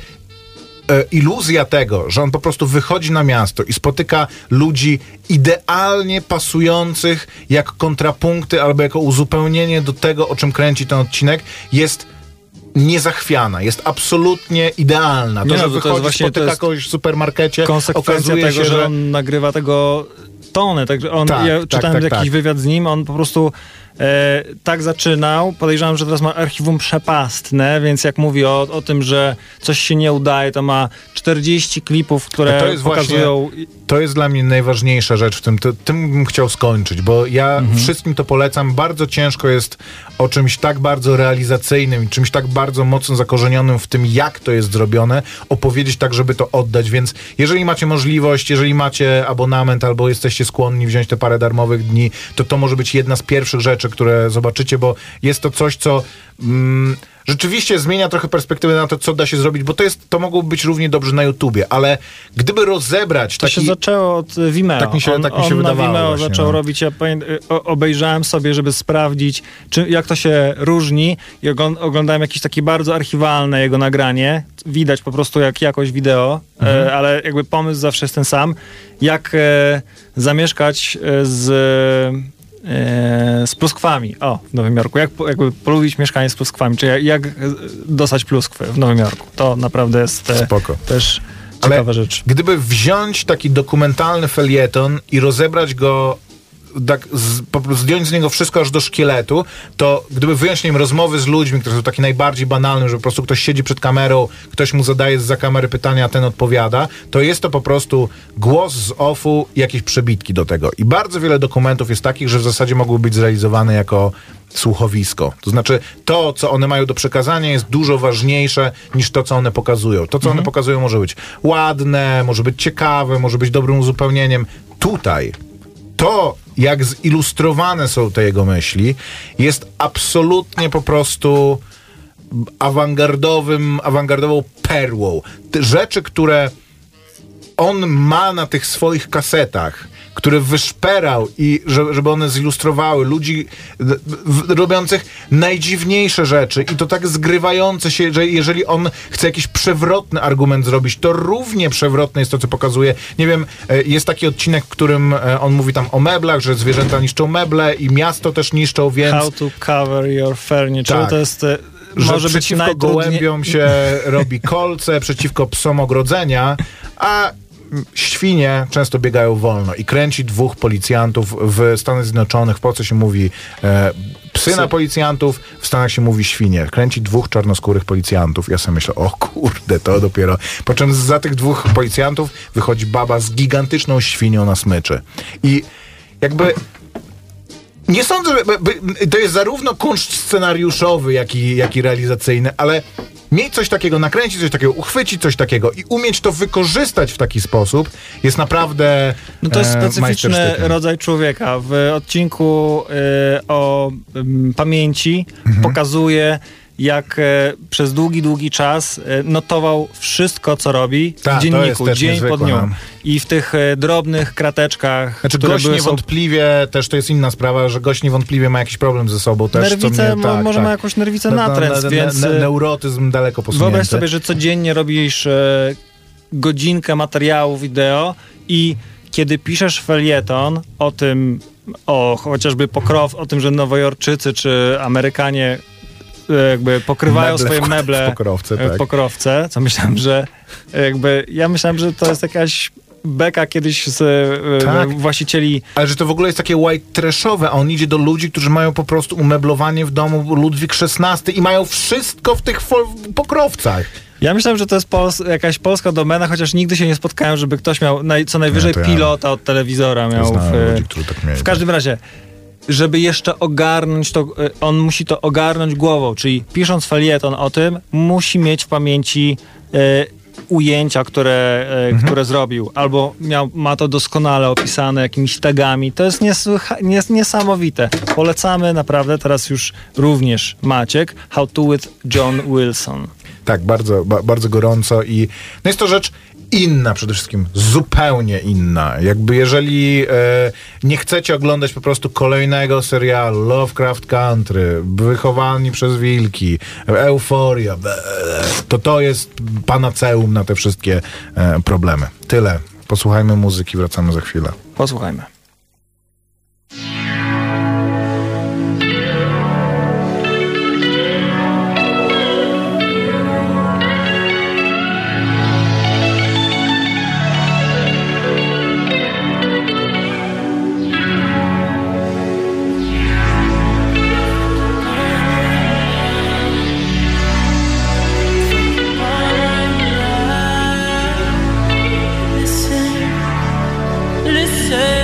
e, iluzja tego, że on po prostu wychodzi na miasto i spotyka ludzi idealnie pasujących jak kontrapunkty albo jako uzupełnienie do tego, o czym kręci ten odcinek, jest niezachwiana, jest absolutnie idealna. To, Nie, że no, to jest wychodzi, właśnie- spotyka to jest kogoś w supermarkecie, konsekwencja okazuje tego, się, że on nagrywa tego tonę. Także on, Tak, ja tak, czytałem tak, jakiś tak. wywiad z nim, on po prostu e, tak zaczynał. Podejrzewam, że teraz ma archiwum przepastne, więc jak mówi o, o tym, że coś się nie udaje, to ma czterdzieści klipów, które To jest pokazują... To jest dla mnie najważniejsza rzecz w tym. To, tym bym chciał skończyć, bo ja Mhm. wszystkim to polecam. Bardzo ciężko jest o czymś tak bardzo realizacyjnym i czymś tak bardzo mocno zakorzenionym w tym, jak to jest zrobione, opowiedzieć tak, żeby to oddać. Więc jeżeli macie możliwość, jeżeli macie abonament albo jesteście skłonni wziąć te parę darmowych dni, to to może być jedna z pierwszych rzeczy, które zobaczycie, bo jest to coś, co... Mm, rzeczywiście zmienia trochę perspektywę na to, co da się zrobić, bo to jest, to mogło być równie dobrze na YouTubie, ale gdyby rozebrać To taki... się zaczęło od Vimeo. Tak mi się- on, tak mi się on wydawało na Vimeo właśnie, zaczął no. robić, ja pamię- o- obejrzałem sobie, żeby sprawdzić, czy, jak to się różni i oglą- oglądałem jakieś takie bardzo archiwalne jego nagranie. Widać po prostu jak jakość wideo, Mhm. e, ale jakby pomysł zawsze jest ten sam. Jak e, zamieszkać e, z... e, z pluskwami. O, w Nowym Jorku. Jak po- jakby polubić mieszkanie z pluskwami, czy jak, jak e, dostać pluskwy w Nowym Jorku. To naprawdę jest e, Spoko. też Ale ciekawa rzecz. gdyby wziąć taki dokumentalny felieton i rozebrać go, tak z, po prostu zdjąć z niego wszystko aż do szkieletu, to gdyby wyjąć nie wiem, rozmowy z ludźmi, które są takie najbardziej banalne, że po prostu ktoś siedzi przed kamerą, ktoś mu zadaje zza kamery pytania, a ten odpowiada, to jest to po prostu głos z offu i jakieś przebitki do tego. I bardzo wiele dokumentów jest takich, że w zasadzie mogły być zrealizowane jako słuchowisko. To znaczy to, co one mają do przekazania, jest dużo ważniejsze niż to, co one pokazują. To, co one pokazują, może być ładne, może być ciekawe, może być dobrym uzupełnieniem. Tutaj to, jak zilustrowane są te jego myśli, jest absolutnie po prostu awangardowym, awangardową perłą. Te rzeczy, które on ma na tych swoich kasetach, które wyszperał i że, żeby one zilustrowały ludzi w, w, robiących najdziwniejsze rzeczy i to tak zgrywające się, że jeżeli on chce jakiś przewrotny argument zrobić, to równie przewrotne jest to, co pokazuje. Nie wiem, e, jest taki odcinek, w którym e, on mówi tam o meblach, że zwierzęta niszczą meble i miasto też niszczą, więc... How to cover your furniture. Tak. To jest... e, że Może być przeciwko najtrudniej... gołębiom się robi kolce, przeciwko psom ogrodzenia, a świnie często biegają wolno i kręci dwóch policjantów w Stanach Zjednoczonych, po co się mówi e, psy, Psy. na policjantów, w Stanach się mówi świnie. Kręci dwóch czarnoskórych policjantów. Ja sobie myślę, o kurde, to dopiero. Po czym za tych dwóch policjantów wychodzi baba z gigantyczną świnią na smyczy. I jakby... Nie sądzę, że by, by, to jest zarówno kunszt scenariuszowy, jak i, jak i realizacyjny, ale mieć coś takiego, nakręcić coś takiego, uchwycić coś takiego i umieć to wykorzystać w taki sposób jest naprawdę No to jest e, specyficzny majstersztykiem. rodzaj człowieka. W odcinku y, o ym, pamięci Mhm. pokazuje, jak e, przez długi, długi czas e, notował wszystko, co robi Ta, to w dzienniku, jest też dzień niezwykłe, po dniu. no. I w tych e, drobnych krateczkach, Znaczy które gość były są niewątpliwie, też to jest inna sprawa, że gość niewątpliwie ma jakiś problem ze sobą też. nerwice, co mnie, mo- tak, może tak. ma jakąś nerwicę Na- natręt, na- na- więc ne- e, neurotyzm daleko posunięty. wyobraź sobie, że codziennie robisz e, godzinkę materiału wideo i kiedy piszesz felieton o tym, o chociażby pokrow, o tym, że Nowojorczycy czy Amerykanie e, jakby pokrywają Meble swoje w- meble w pokrowce, e, w tak. pokrowce, co myślałem, że jakby, ja myślałem, że to jest jakaś beka kiedyś z e, Tak. właścicieli. Ale że to w ogóle jest takie white trashowe, a on idzie do ludzi, którzy mają po prostu umeblowanie w domu Ludwik szesnasty i mają wszystko w tych fol- pokrowcach. Ja myślałem, że to jest pols- jakaś polska domena, chociaż nigdy się nie spotkałem, żeby ktoś miał naj- co najwyżej Nie, to ja- pilota od telewizora miał. Znałem w, ludzi, którzy tak mieli. w każdym razie, żeby jeszcze ogarnąć to, y, on musi to ogarnąć głową, czyli pisząc felieton o tym, musi mieć w pamięci y, ujęcia, które, y, Mhm. które zrobił, albo miał, ma to doskonale opisane jakimiś tagami. To jest niesłycha- nies- niesamowite. Polecamy naprawdę, teraz już również Maciek, How to with John Wilson. Tak, bardzo, ba, bardzo gorąco i no jest to rzecz inna przede wszystkim, zupełnie inna. Jakby jeżeli e, nie chcecie oglądać po prostu kolejnego serialu Lovecraft Country, Wychowani przez wilki, Euforia, to to jest panaceum na te wszystkie e, problemy. Tyle. Posłuchajmy muzyki, wracamy za chwilę. Posłuchajmy. Listen, listen.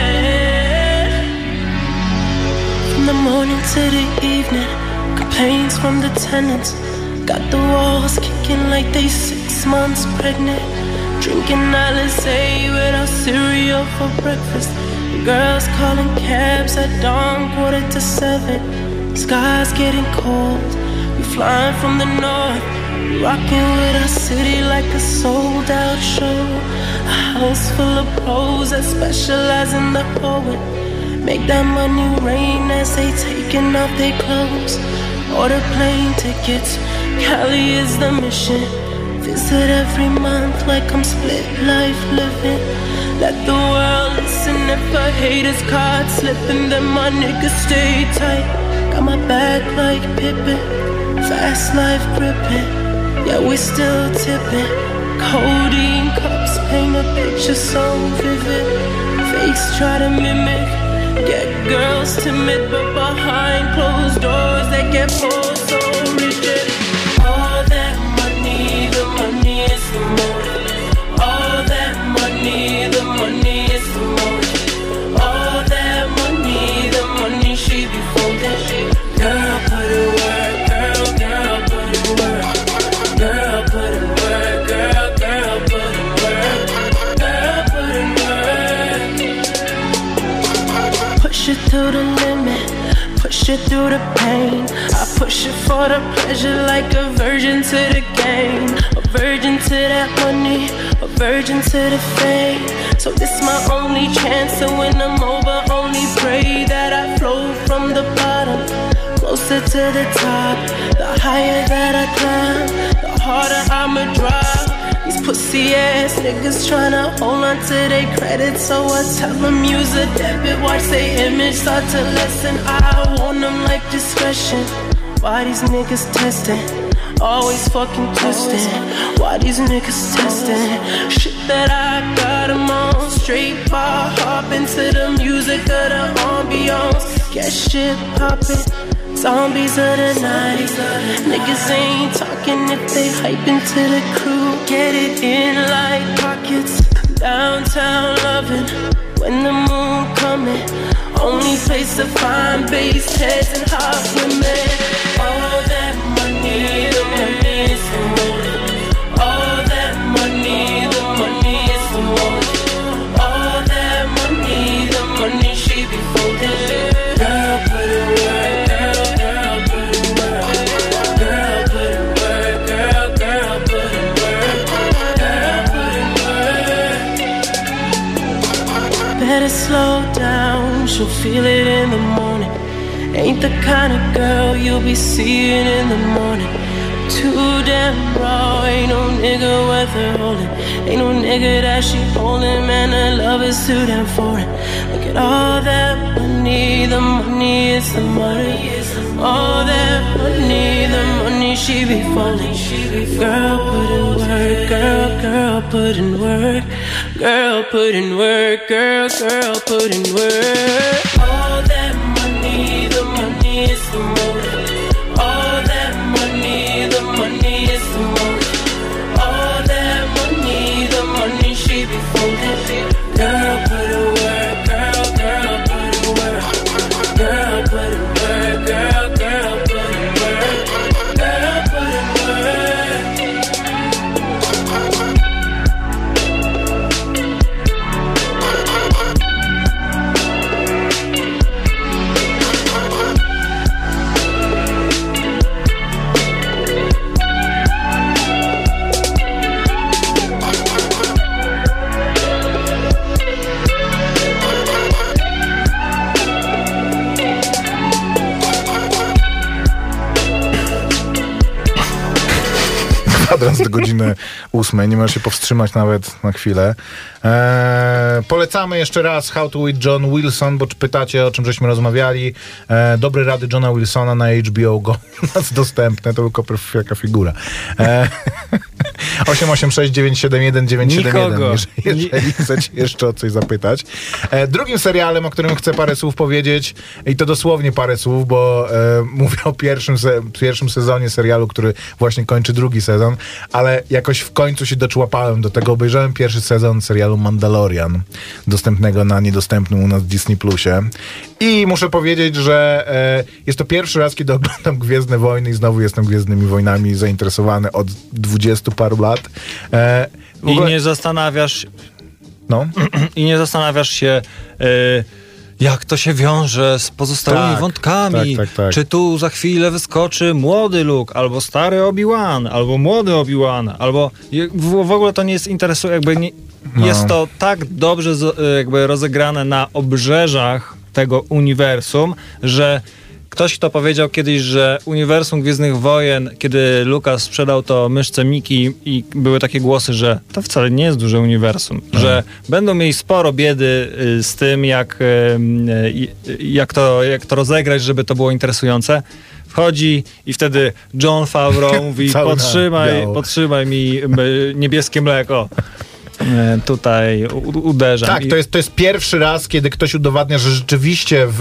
From the morning to the evening, complaints from the tenants. Got the walls kicking like they six months pregnant. Drinking Alizé without cereal for breakfast. Girls calling cabs at dawn, quarter to seven. Sky's getting cold. We flying from the north, rocking with our city like a sold out show. A house full of pros that specialize in the poet. Make that money rain as they taking off their clothes. Order plane tickets, Cali is the mission. Visit every month like I'm split life living. Let the world listen if I hate his card slipping, then my niggas stay tight. Got my back like Pippin, fast life gripping. Yeah, we still tipping. Codeine cups paint a picture so vivid. Fakes try to mimic, get girls timid, but behind closed doors they get pulled so rigid. All that money, the money is the motive. All that money, the money is the motive. All that money, the money she be folding. Girl, put it work, girl, girl, put it work. Girl, put it work, girl, girl, put it work. Girl, put it work. Push it to the limit, push it through the pain. I push it for the pleasure like a virgin to the game. A virgin to that money, a virgin to the fame. So this my only chance to win them over. Only pray that I flow from the bottom closer to the top. The higher that I climb, the harder I'ma drive. These pussy ass niggas tryna hold on to their credit, so I tell them use a debit. Watch their image start to lessen. I want them like discretion. Why these niggas testing? Always fucking testing. Why these niggas testing? Shit that I got them on. Straight bar hopping to the music of the ambiance. Get shit poppin'. Zombies of the night. Niggas ain't talking if they hype into the crew. Get it in like pockets. Downtown loving when the moon coming. Only place to find bass heads and hot women. All that money, the money is the motive. All that money, the money is the motive. All that money, the money she be folding. Girl, put it work. Better slow down, she'll feel it in the morning. Ain't the kind of girl you'll be seeing in the morning. Too damn raw, ain't no nigga worth her holding. Ain't no nigga that she holding, man, her love is too damn foreign. Look at all that money, the money is the money. All that money, the money she be folding. Girl, put in work, girl, girl, put in work. Girl, put in work, girl, girl, put in work. All that money, the money is the motive. All that money, the money is the motive. All that money, the money she be folding. Girl, put in work, girl, girl, put in work. Girl, put in work, girl, girl, put in work. Girl, put in work. Kwadrans do godziny ósmej, nie możesz się powstrzymać nawet na chwilę. Eee, polecamy jeszcze raz How to with John Wilson, bo czy pytacie, o czym żeśmy rozmawiali. Eee, dobre rady Johna Wilsona na H B O Go. Nas dostępne, to tylko jaka figura. Eee, osiem osiem sześć dziewięć siedem jeden dziewięć siedem jeden, jeżeli, jeżeli chcecie jeszcze o coś zapytać. Eee, drugim serialem, o którym chcę parę słów powiedzieć, i to dosłownie parę słów, bo e, mówię o pierwszym, se, pierwszym sezonie serialu, który właśnie kończy drugi sezon, ale jakoś w końcu się doczłapałem do tego. Obejrzałem pierwszy sezon serialu Mandalorian, dostępnego na niedostępnym u nas Disney Plusie. I muszę powiedzieć, że e, jest to pierwszy raz, kiedy oglądam Gwiezdne Wojny i znowu jestem Gwiezdnymi Wojnami zainteresowany od dwudziestu paru lat. E, I ogóle... nie zastanawiasz no? i nie zastanawiasz się, e, jak to się wiąże z pozostałymi Tak, wątkami. tak, tak, tak. Czy tu za chwilę wyskoczy młody Luke, albo stary Obi-Wan, albo młody Obi-Wan, albo w, w ogóle to nie jest interesujące, jakby nie, No. jest to tak dobrze z, jakby rozegrane na obrzeżach tego uniwersum, że ktoś, kto powiedział kiedyś, że uniwersum Gwiezdnych Wojen, kiedy Lucas sprzedał to myszce Miki i były takie głosy, że to wcale nie jest duże uniwersum, no. że będą mieli sporo biedy y, z tym, jak, y, y, jak, to, jak to rozegrać, żeby to było interesujące. Wchodzi i wtedy Jon Favreau mówi, Cały na podtrzymaj, biało. podtrzymaj mi y, niebieskie mleko. Y, tutaj u, uderzam. Tak, I- to jest, to jest pierwszy raz, kiedy ktoś udowadnia, że rzeczywiście w,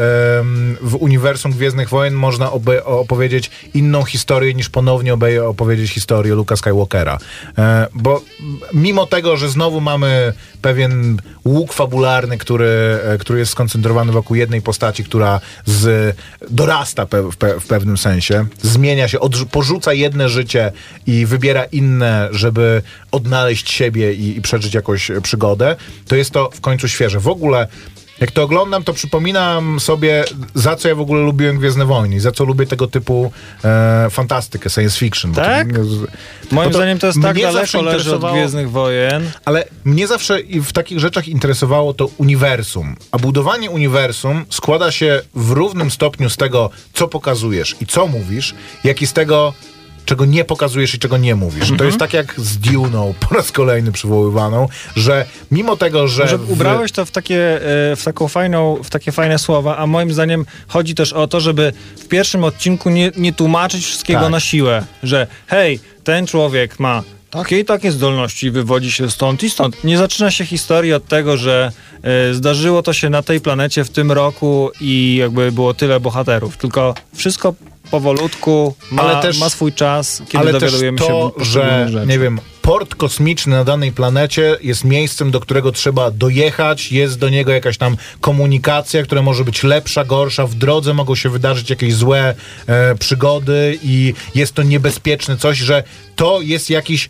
em, w uniwersum Gwiezdnych Wojen można obe, opowiedzieć inną historię, niż ponownie obe, opowiedzieć historię Luke'a Skywalkera. E, bo mimo tego, że znowu mamy pewien łuk fabularny, który, e, który jest skoncentrowany wokół jednej postaci, która z, dorasta pe, w, pe, w pewnym sensie, zmienia się, odrzu- porzuca jedne życie i wybiera inne, żeby odnaleźć siebie i, i przeżyć jakąś przygodę, to jest to w końcu świeże. W ogóle, jak to oglądam, to przypominam sobie, za co ja w ogóle lubiłem Gwiezdne Wojny i za co lubię tego typu e, fantastykę, science fiction. Bo Tak? To, Moim bo to zdaniem to jest tak mnie daleko zawsze leży od interesowało- Gwiezdnych Wojen. Ale mnie zawsze i w takich rzeczach interesowało to uniwersum. A budowanie uniwersum składa się w równym stopniu z tego, co pokazujesz i co mówisz, jak i z tego, czego nie pokazujesz i czego nie mówisz. Mhm. To jest tak jak z Dune'ą, po raz kolejny przywoływaną, że mimo tego, że... Że w- ubrałeś to w takie, e, w taką fajną, w takie fajne słowa, a moim zdaniem chodzi też o to, żeby w pierwszym odcinku nie, nie tłumaczyć wszystkiego Tak. na siłę, że hej, ten człowiek ma takie i takie zdolności, wywodzi się stąd i stąd. Nie zaczyna się historii od tego, że e, zdarzyło to się na tej planecie w tym roku i jakby było tyle bohaterów, tylko wszystko powolutku ma, Ale też- ma swój czas, kiedy ale też dowiadujemy to, się że, poszczególnych rzeczy. nie wiem, port kosmiczny na danej planecie jest miejscem, do którego trzeba dojechać, jest do niego jakaś tam komunikacja, która może być lepsza, gorsza, w drodze mogą się wydarzyć jakieś złe e, przygody i jest to niebezpieczne coś, że to jest jakiś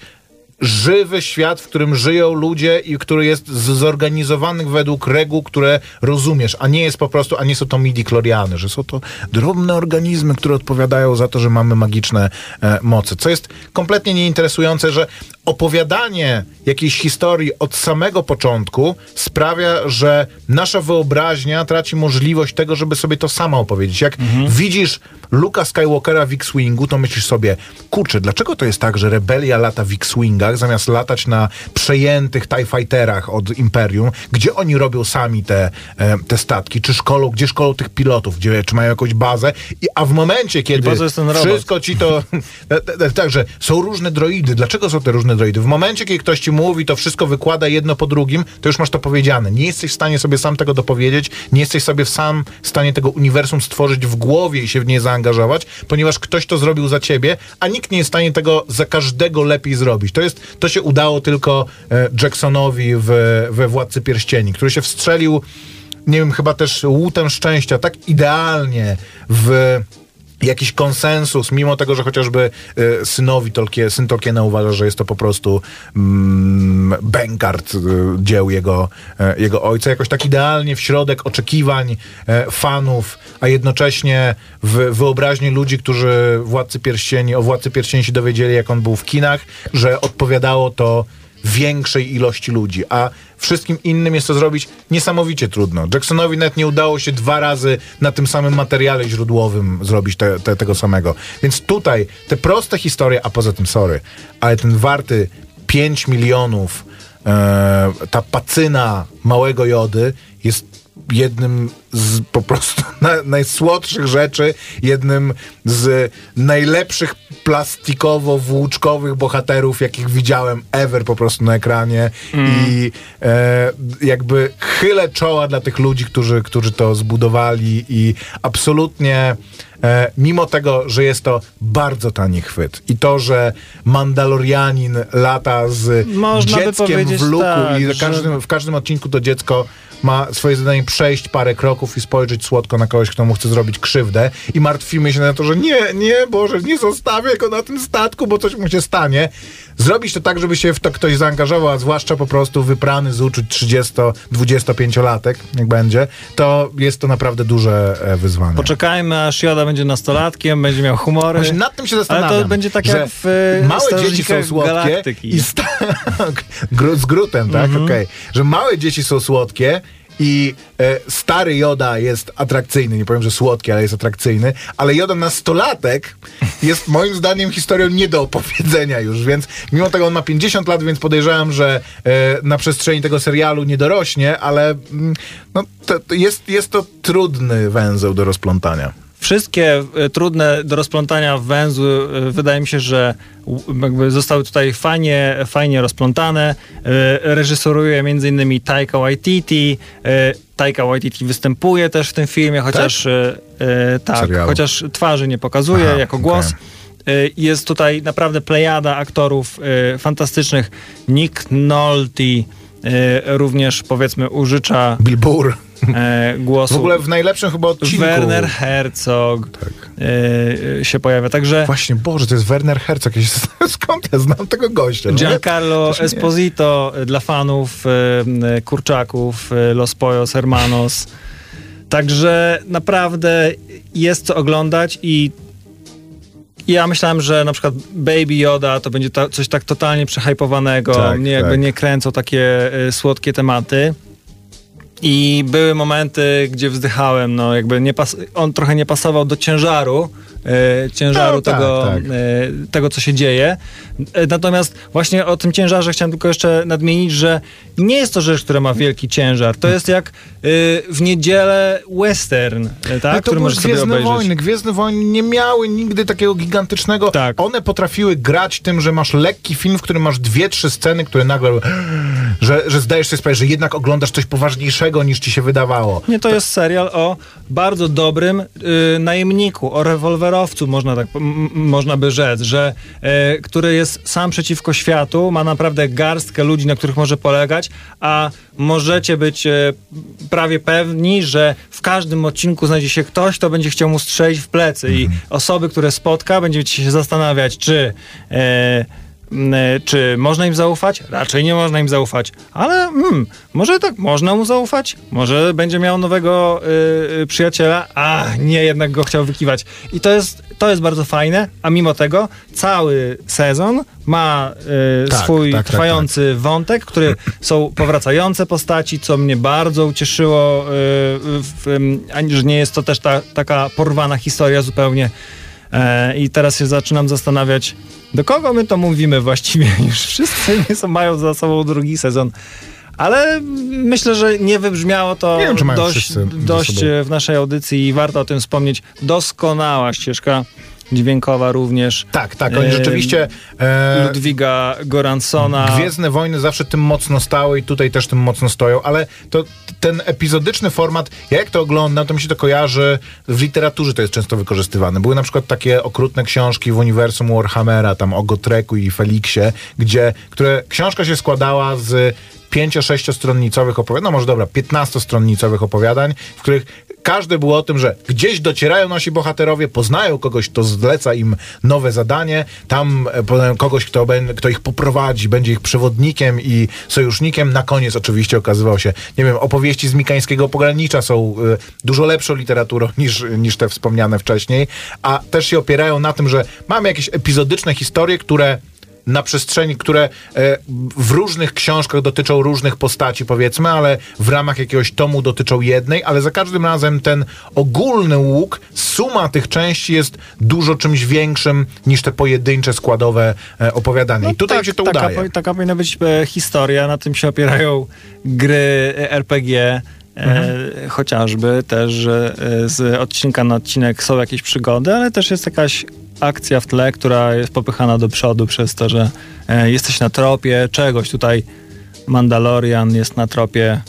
żywy świat, w którym żyją ludzie i który jest z- zorganizowany według reguł, które rozumiesz, a nie jest po prostu, a nie są to midi-chloriany, że są to drobne organizmy, które odpowiadają za to, że mamy magiczne e, moce. Co jest kompletnie nieinteresujące, że opowiadanie jakiejś historii od samego początku sprawia, że nasza wyobraźnia traci możliwość tego, żeby sobie to sama opowiedzieć. Jak widzisz Luke'a Skywalkera w X-Wingu, to myślisz sobie, kurczę, dlaczego to jest tak, że rebelia lata w X-Wingach, zamiast latać na przejętych TIE Fighterach od Imperium, gdzie oni robią sami te, e, te statki, czy szkolą, gdzie szkolą tych pilotów, gdzie, czy mają jakąś bazę, I, a w momencie, kiedy po co jest ten robot? wszystko ci to... Także są różne droidy. Dlaczego są te różne droidy? W momencie, kiedy ktoś ci mówi, to wszystko wykłada jedno po drugim, to już masz to powiedziane. Nie jesteś w stanie sobie sam tego dopowiedzieć, nie jesteś sobie sam w stanie tego uniwersum stworzyć w głowie i się w nie zaangażować, ponieważ ktoś to zrobił za ciebie, a nikt nie jest w stanie tego za każdego lepiej zrobić. To jest, to się udało tylko e, Jacksonowi w, we Władcy Pierścieni, który się wstrzelił, nie wiem, chyba też łutem szczęścia, tak idealnie w jakiś konsensus, mimo tego, że chociażby y, synowi Tolkien, syn Tolkiena uważa, że jest to po prostu mm, bękart y, dzieł jego, y, jego ojca. Jakoś tak idealnie w środek oczekiwań y, fanów, a jednocześnie w wyobraźni ludzi, którzy Władcy Pierścieni, o Władcy Pierścieni się dowiedzieli, jak on był w kinach, że odpowiadało to większej ilości ludzi, a wszystkim innym jest to zrobić niesamowicie trudno. Jacksonowi nawet nie udało się dwa razy na tym samym materiale źródłowym zrobić te, te, tego samego. Więc tutaj te proste historie, a poza tym, sorry, ale ten warty pięć milionów e, ta pacyna małego Jody jest jednym z po prostu na, najsłodszych rzeczy, jednym z najlepszych plastikowo-włóczkowych bohaterów, jakich widziałem ever po prostu na ekranie mm. i e, jakby chylę czoła dla tych ludzi, którzy, którzy to zbudowali i absolutnie e, mimo tego, że jest to bardzo tani chwyt i to, że Mandalorianin lata z Można by dzieckiem powiedzieć w luku tak, i że- w każdym, w każdym odcinku to dziecko ma swoje zadanie przejść parę kroków i spojrzeć słodko na kogoś, kto mu chce zrobić krzywdę i martwimy się na to, że Boże, nie, nie, Boże, nie zostawię go na tym statku, bo coś mu się stanie. Zrobić to tak, żeby się w to ktoś zaangażował, a zwłaszcza po prostu wyprany z uczuć trzydziesto-dwudziestopięciolatek, jak będzie, to jest to naprawdę duże e, wyzwanie. Poczekajmy, aż Yoda będzie nastolatkiem, będzie miał humory. Właśnie nad tym się zastanawiam. Ale to będzie tak jak w e, małe dzieci są słodkie Galaktyki. i sta- Gru- z Grutem, tak? Mhm. Okej. Że małe dzieci są słodkie i e, stary Yoda jest atrakcyjny. Nie powiem, że słodki, ale jest atrakcyjny. Ale Yoda nastolatek jest moim zdaniem historią nie do opowiedzenia już, więc mimo tego on ma pięćdziesiąt lat, więc podejrzewam, że e, na przestrzeni tego serialu nie dorośnie, ale mm, no, to, to jest, jest to trudny węzeł do rozplątania. Wszystkie e, trudne do rozplątania węzły, e, wydaje mi się, że u, jakby zostały tutaj fajnie, fajnie rozplątane. E, reżyseruje między innymi Taika Waititi. E, Taika Waititi występuje też w tym filmie, chociaż e, e, tak, Serialu. chociaż twarzy nie pokazuje Aha, jako okej. głos. E, Jest tutaj naprawdę plejada aktorów e, fantastycznych. Nick Nolte e, również, powiedzmy, użycza Bill Burr. e, głosu. W ogóle w najlepszym chyba odcinku. Werner Herzog Tak. e, się pojawia. Także Właśnie, Boże, to jest Werner Herzog. Ja się zastanawiam, skąd ja znam tego gościa? No, Giancarlo Też nie. Esposito e, dla fanów e, e, kurczaków, e, Los Pollos Hermanos. Także naprawdę jest co oglądać i ja myślałem, że na przykład Baby Yoda to będzie ta, coś tak totalnie przehypowanego. Tak, Mnie jakby tak. nie kręcą takie e, słodkie tematy. I były momenty, gdzie wzdychałem, no jakby nie pas- on trochę nie pasował do ciężaru, e, ciężaru No, tak, tego, tak. E, tego, co się dzieje. E, natomiast właśnie o tym ciężarze chciałem tylko jeszcze nadmienić, że nie jest to rzecz, która ma wielki ciężar. To jest jak e, w niedzielę western, e, tak? Ale to który były możesz sobie Gwiezdne obejrzeć. Wojny. Gwiezdne Wojny nie miały nigdy takiego gigantycznego... Tak. One potrafiły grać tym, że masz lekki film, w którym masz dwie, trzy sceny, które nagle... Że, że zdajesz sobie sprawę, że jednak oglądasz coś poważniejszego, niż ci się wydawało. Nie, to jest serial o bardzo dobrym y, najemniku, o rewolwerowcu, można tak, m- można by rzec, że y, który jest sam przeciwko światu, ma naprawdę garstkę ludzi, na których może polegać, a możecie być y, prawie pewni, że w każdym odcinku znajdzie się ktoś, kto będzie chciał mu strzelić w plecy i osoby, które spotka, będziecie się zastanawiać, czy y, czy można im zaufać? Raczej nie można im zaufać. Ale hmm, może tak, można mu zaufać? Może będzie miał nowego y, przyjaciela? A, nie, jednak go chciał wykiwać. I to jest, to jest bardzo fajne, a mimo tego cały sezon ma y, Tak, swój tak, tak, trwający wątek, który są powracające postaci, co mnie bardzo ucieszyło, y, w, y, że nie jest to też ta, taka porwana historia zupełnie. E, I teraz się zaczynam zastanawiać, do kogo my to mówimy właściwie. Już wszyscy nie są, mają za sobą drugi sezon. Ale myślę, że nie wybrzmiało to Nie wiem, czy mają dość, wszyscy za dość sobą. w naszej audycji i warto o tym wspomnieć. Doskonała ścieżka dźwiękowa również. Tak, tak, oni E, rzeczywiście... E, Ludwiga Goransona. Gwiezdne Wojny zawsze tym mocno stały i tutaj też tym mocno stoją, ale to ten epizodyczny format, ja jak to oglądam, to mi się to kojarzy, w literaturze to jest często wykorzystywane. Były na przykład takie okrutne książki w uniwersum Warhammera, tam o Gotreku i Feliksie, gdzie, które książka się składała z pięcio-sześciostronnicowych opowiadań, no może dobra, piętnastostronnicowych opowiadań, w których każde było o tym, że gdzieś docierają nasi bohaterowie, poznają kogoś, kto zleca im nowe zadanie, tam e, poznają kogoś, kto, ben, kto ich poprowadzi, będzie ich przewodnikiem i sojusznikiem. Na koniec oczywiście okazywał się, nie wiem, opowieści z Mikańskiego Pogranicza są e, dużo lepszą literaturą niż, niż te wspomniane wcześniej, a też się opierają na tym, że mamy jakieś epizodyczne historie, które na przestrzeni, które e, w różnych książkach dotyczą różnych postaci, powiedzmy, ale w ramach jakiegoś tomu dotyczą jednej, ale za każdym razem ten ogólny łuk, suma tych części jest dużo czymś większym niż te pojedyncze, składowe e, opowiadania. I tutaj tak, się to taka, udaje. po- Taka powinna być e, historia, na tym się opierają gry e, R P G. E, chociażby też, że e, z odcinka na odcinek są jakieś przygody, ale też jest jakaś akcja w tle, która jest popychana do przodu przez to, że e, jesteś na tropie czegoś. Tutaj Mandalorian jest na tropie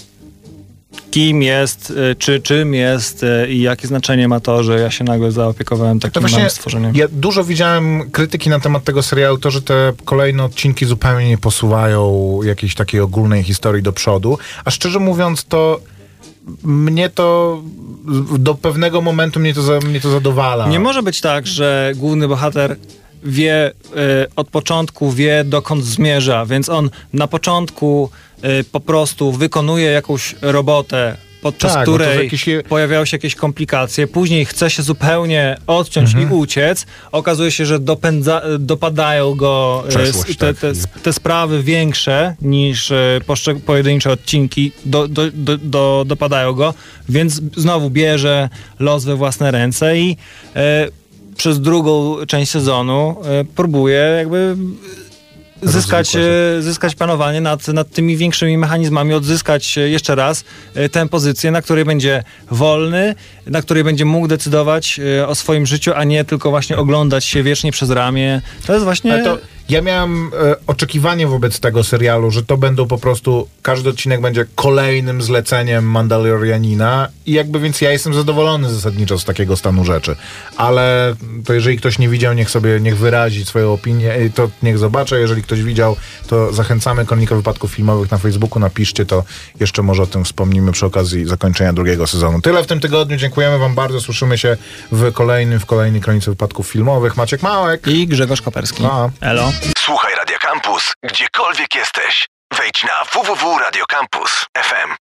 kim jest, e, czy czym jest e, i jakie znaczenie ma to, że ja się nagle zaopiekowałem To takim właśnie małym stworzeniem. ja dużo widziałem krytyki na temat tego serialu, to, że te kolejne odcinki zupełnie nie posuwają jakiejś takiej ogólnej historii do przodu, a szczerze mówiąc to mnie to do pewnego momentu mnie to, za, mnie to zadowala. Nie może być tak, że główny bohater wie y, od początku, wie dokąd zmierza, więc on na początku y, po prostu wykonuje jakąś robotę, podczas Tak, bo to której jakieś... pojawiały się jakieś komplikacje, później chce się zupełnie odciąć Mhm. i uciec, okazuje się, że dopędza, dopadają go e, Przeszłość, s- te, tak. te, te sprawy większe niż e, poszczeg- pojedyncze odcinki do, do, do, do, dopadają go, więc znowu bierze los we własne ręce i e, przez drugą część sezonu e, próbuje jakby zyskać, e, zyskać panowanie nad, nad tymi większymi mechanizmami, odzyskać e, jeszcze raz e, tę pozycję, na której będzie wolny, na której będzie mógł decydować e, o swoim życiu, a nie tylko właśnie oglądać się wiecznie przez ramię. To jest właśnie... Ale to ja miałem e, oczekiwanie wobec tego serialu, że to będą po prostu, każdy odcinek będzie kolejnym zleceniem Mandalorianina i jakby więc ja jestem zadowolony zasadniczo z takiego stanu rzeczy. Ale to jeżeli ktoś nie widział, niech sobie, niech wyrazi swoją opinię, e, to niech zobaczy. Jeżeli ktoś widział, to zachęcamy Kronika Wypadków Filmowych na Facebooku, napiszcie to, jeszcze może o tym wspomnimy przy okazji zakończenia drugiego sezonu. Tyle w tym tygodniu, dziękujemy wam bardzo, słyszymy się w kolejnym, w kolejnej Kronice Wypadków Filmowych. Maciek Małek. I Grzegorz Koperski. A. Elo. Słuchaj Radia Campus, gdziekolwiek jesteś. Wejdź na w w w kropka radio campus kropka f m.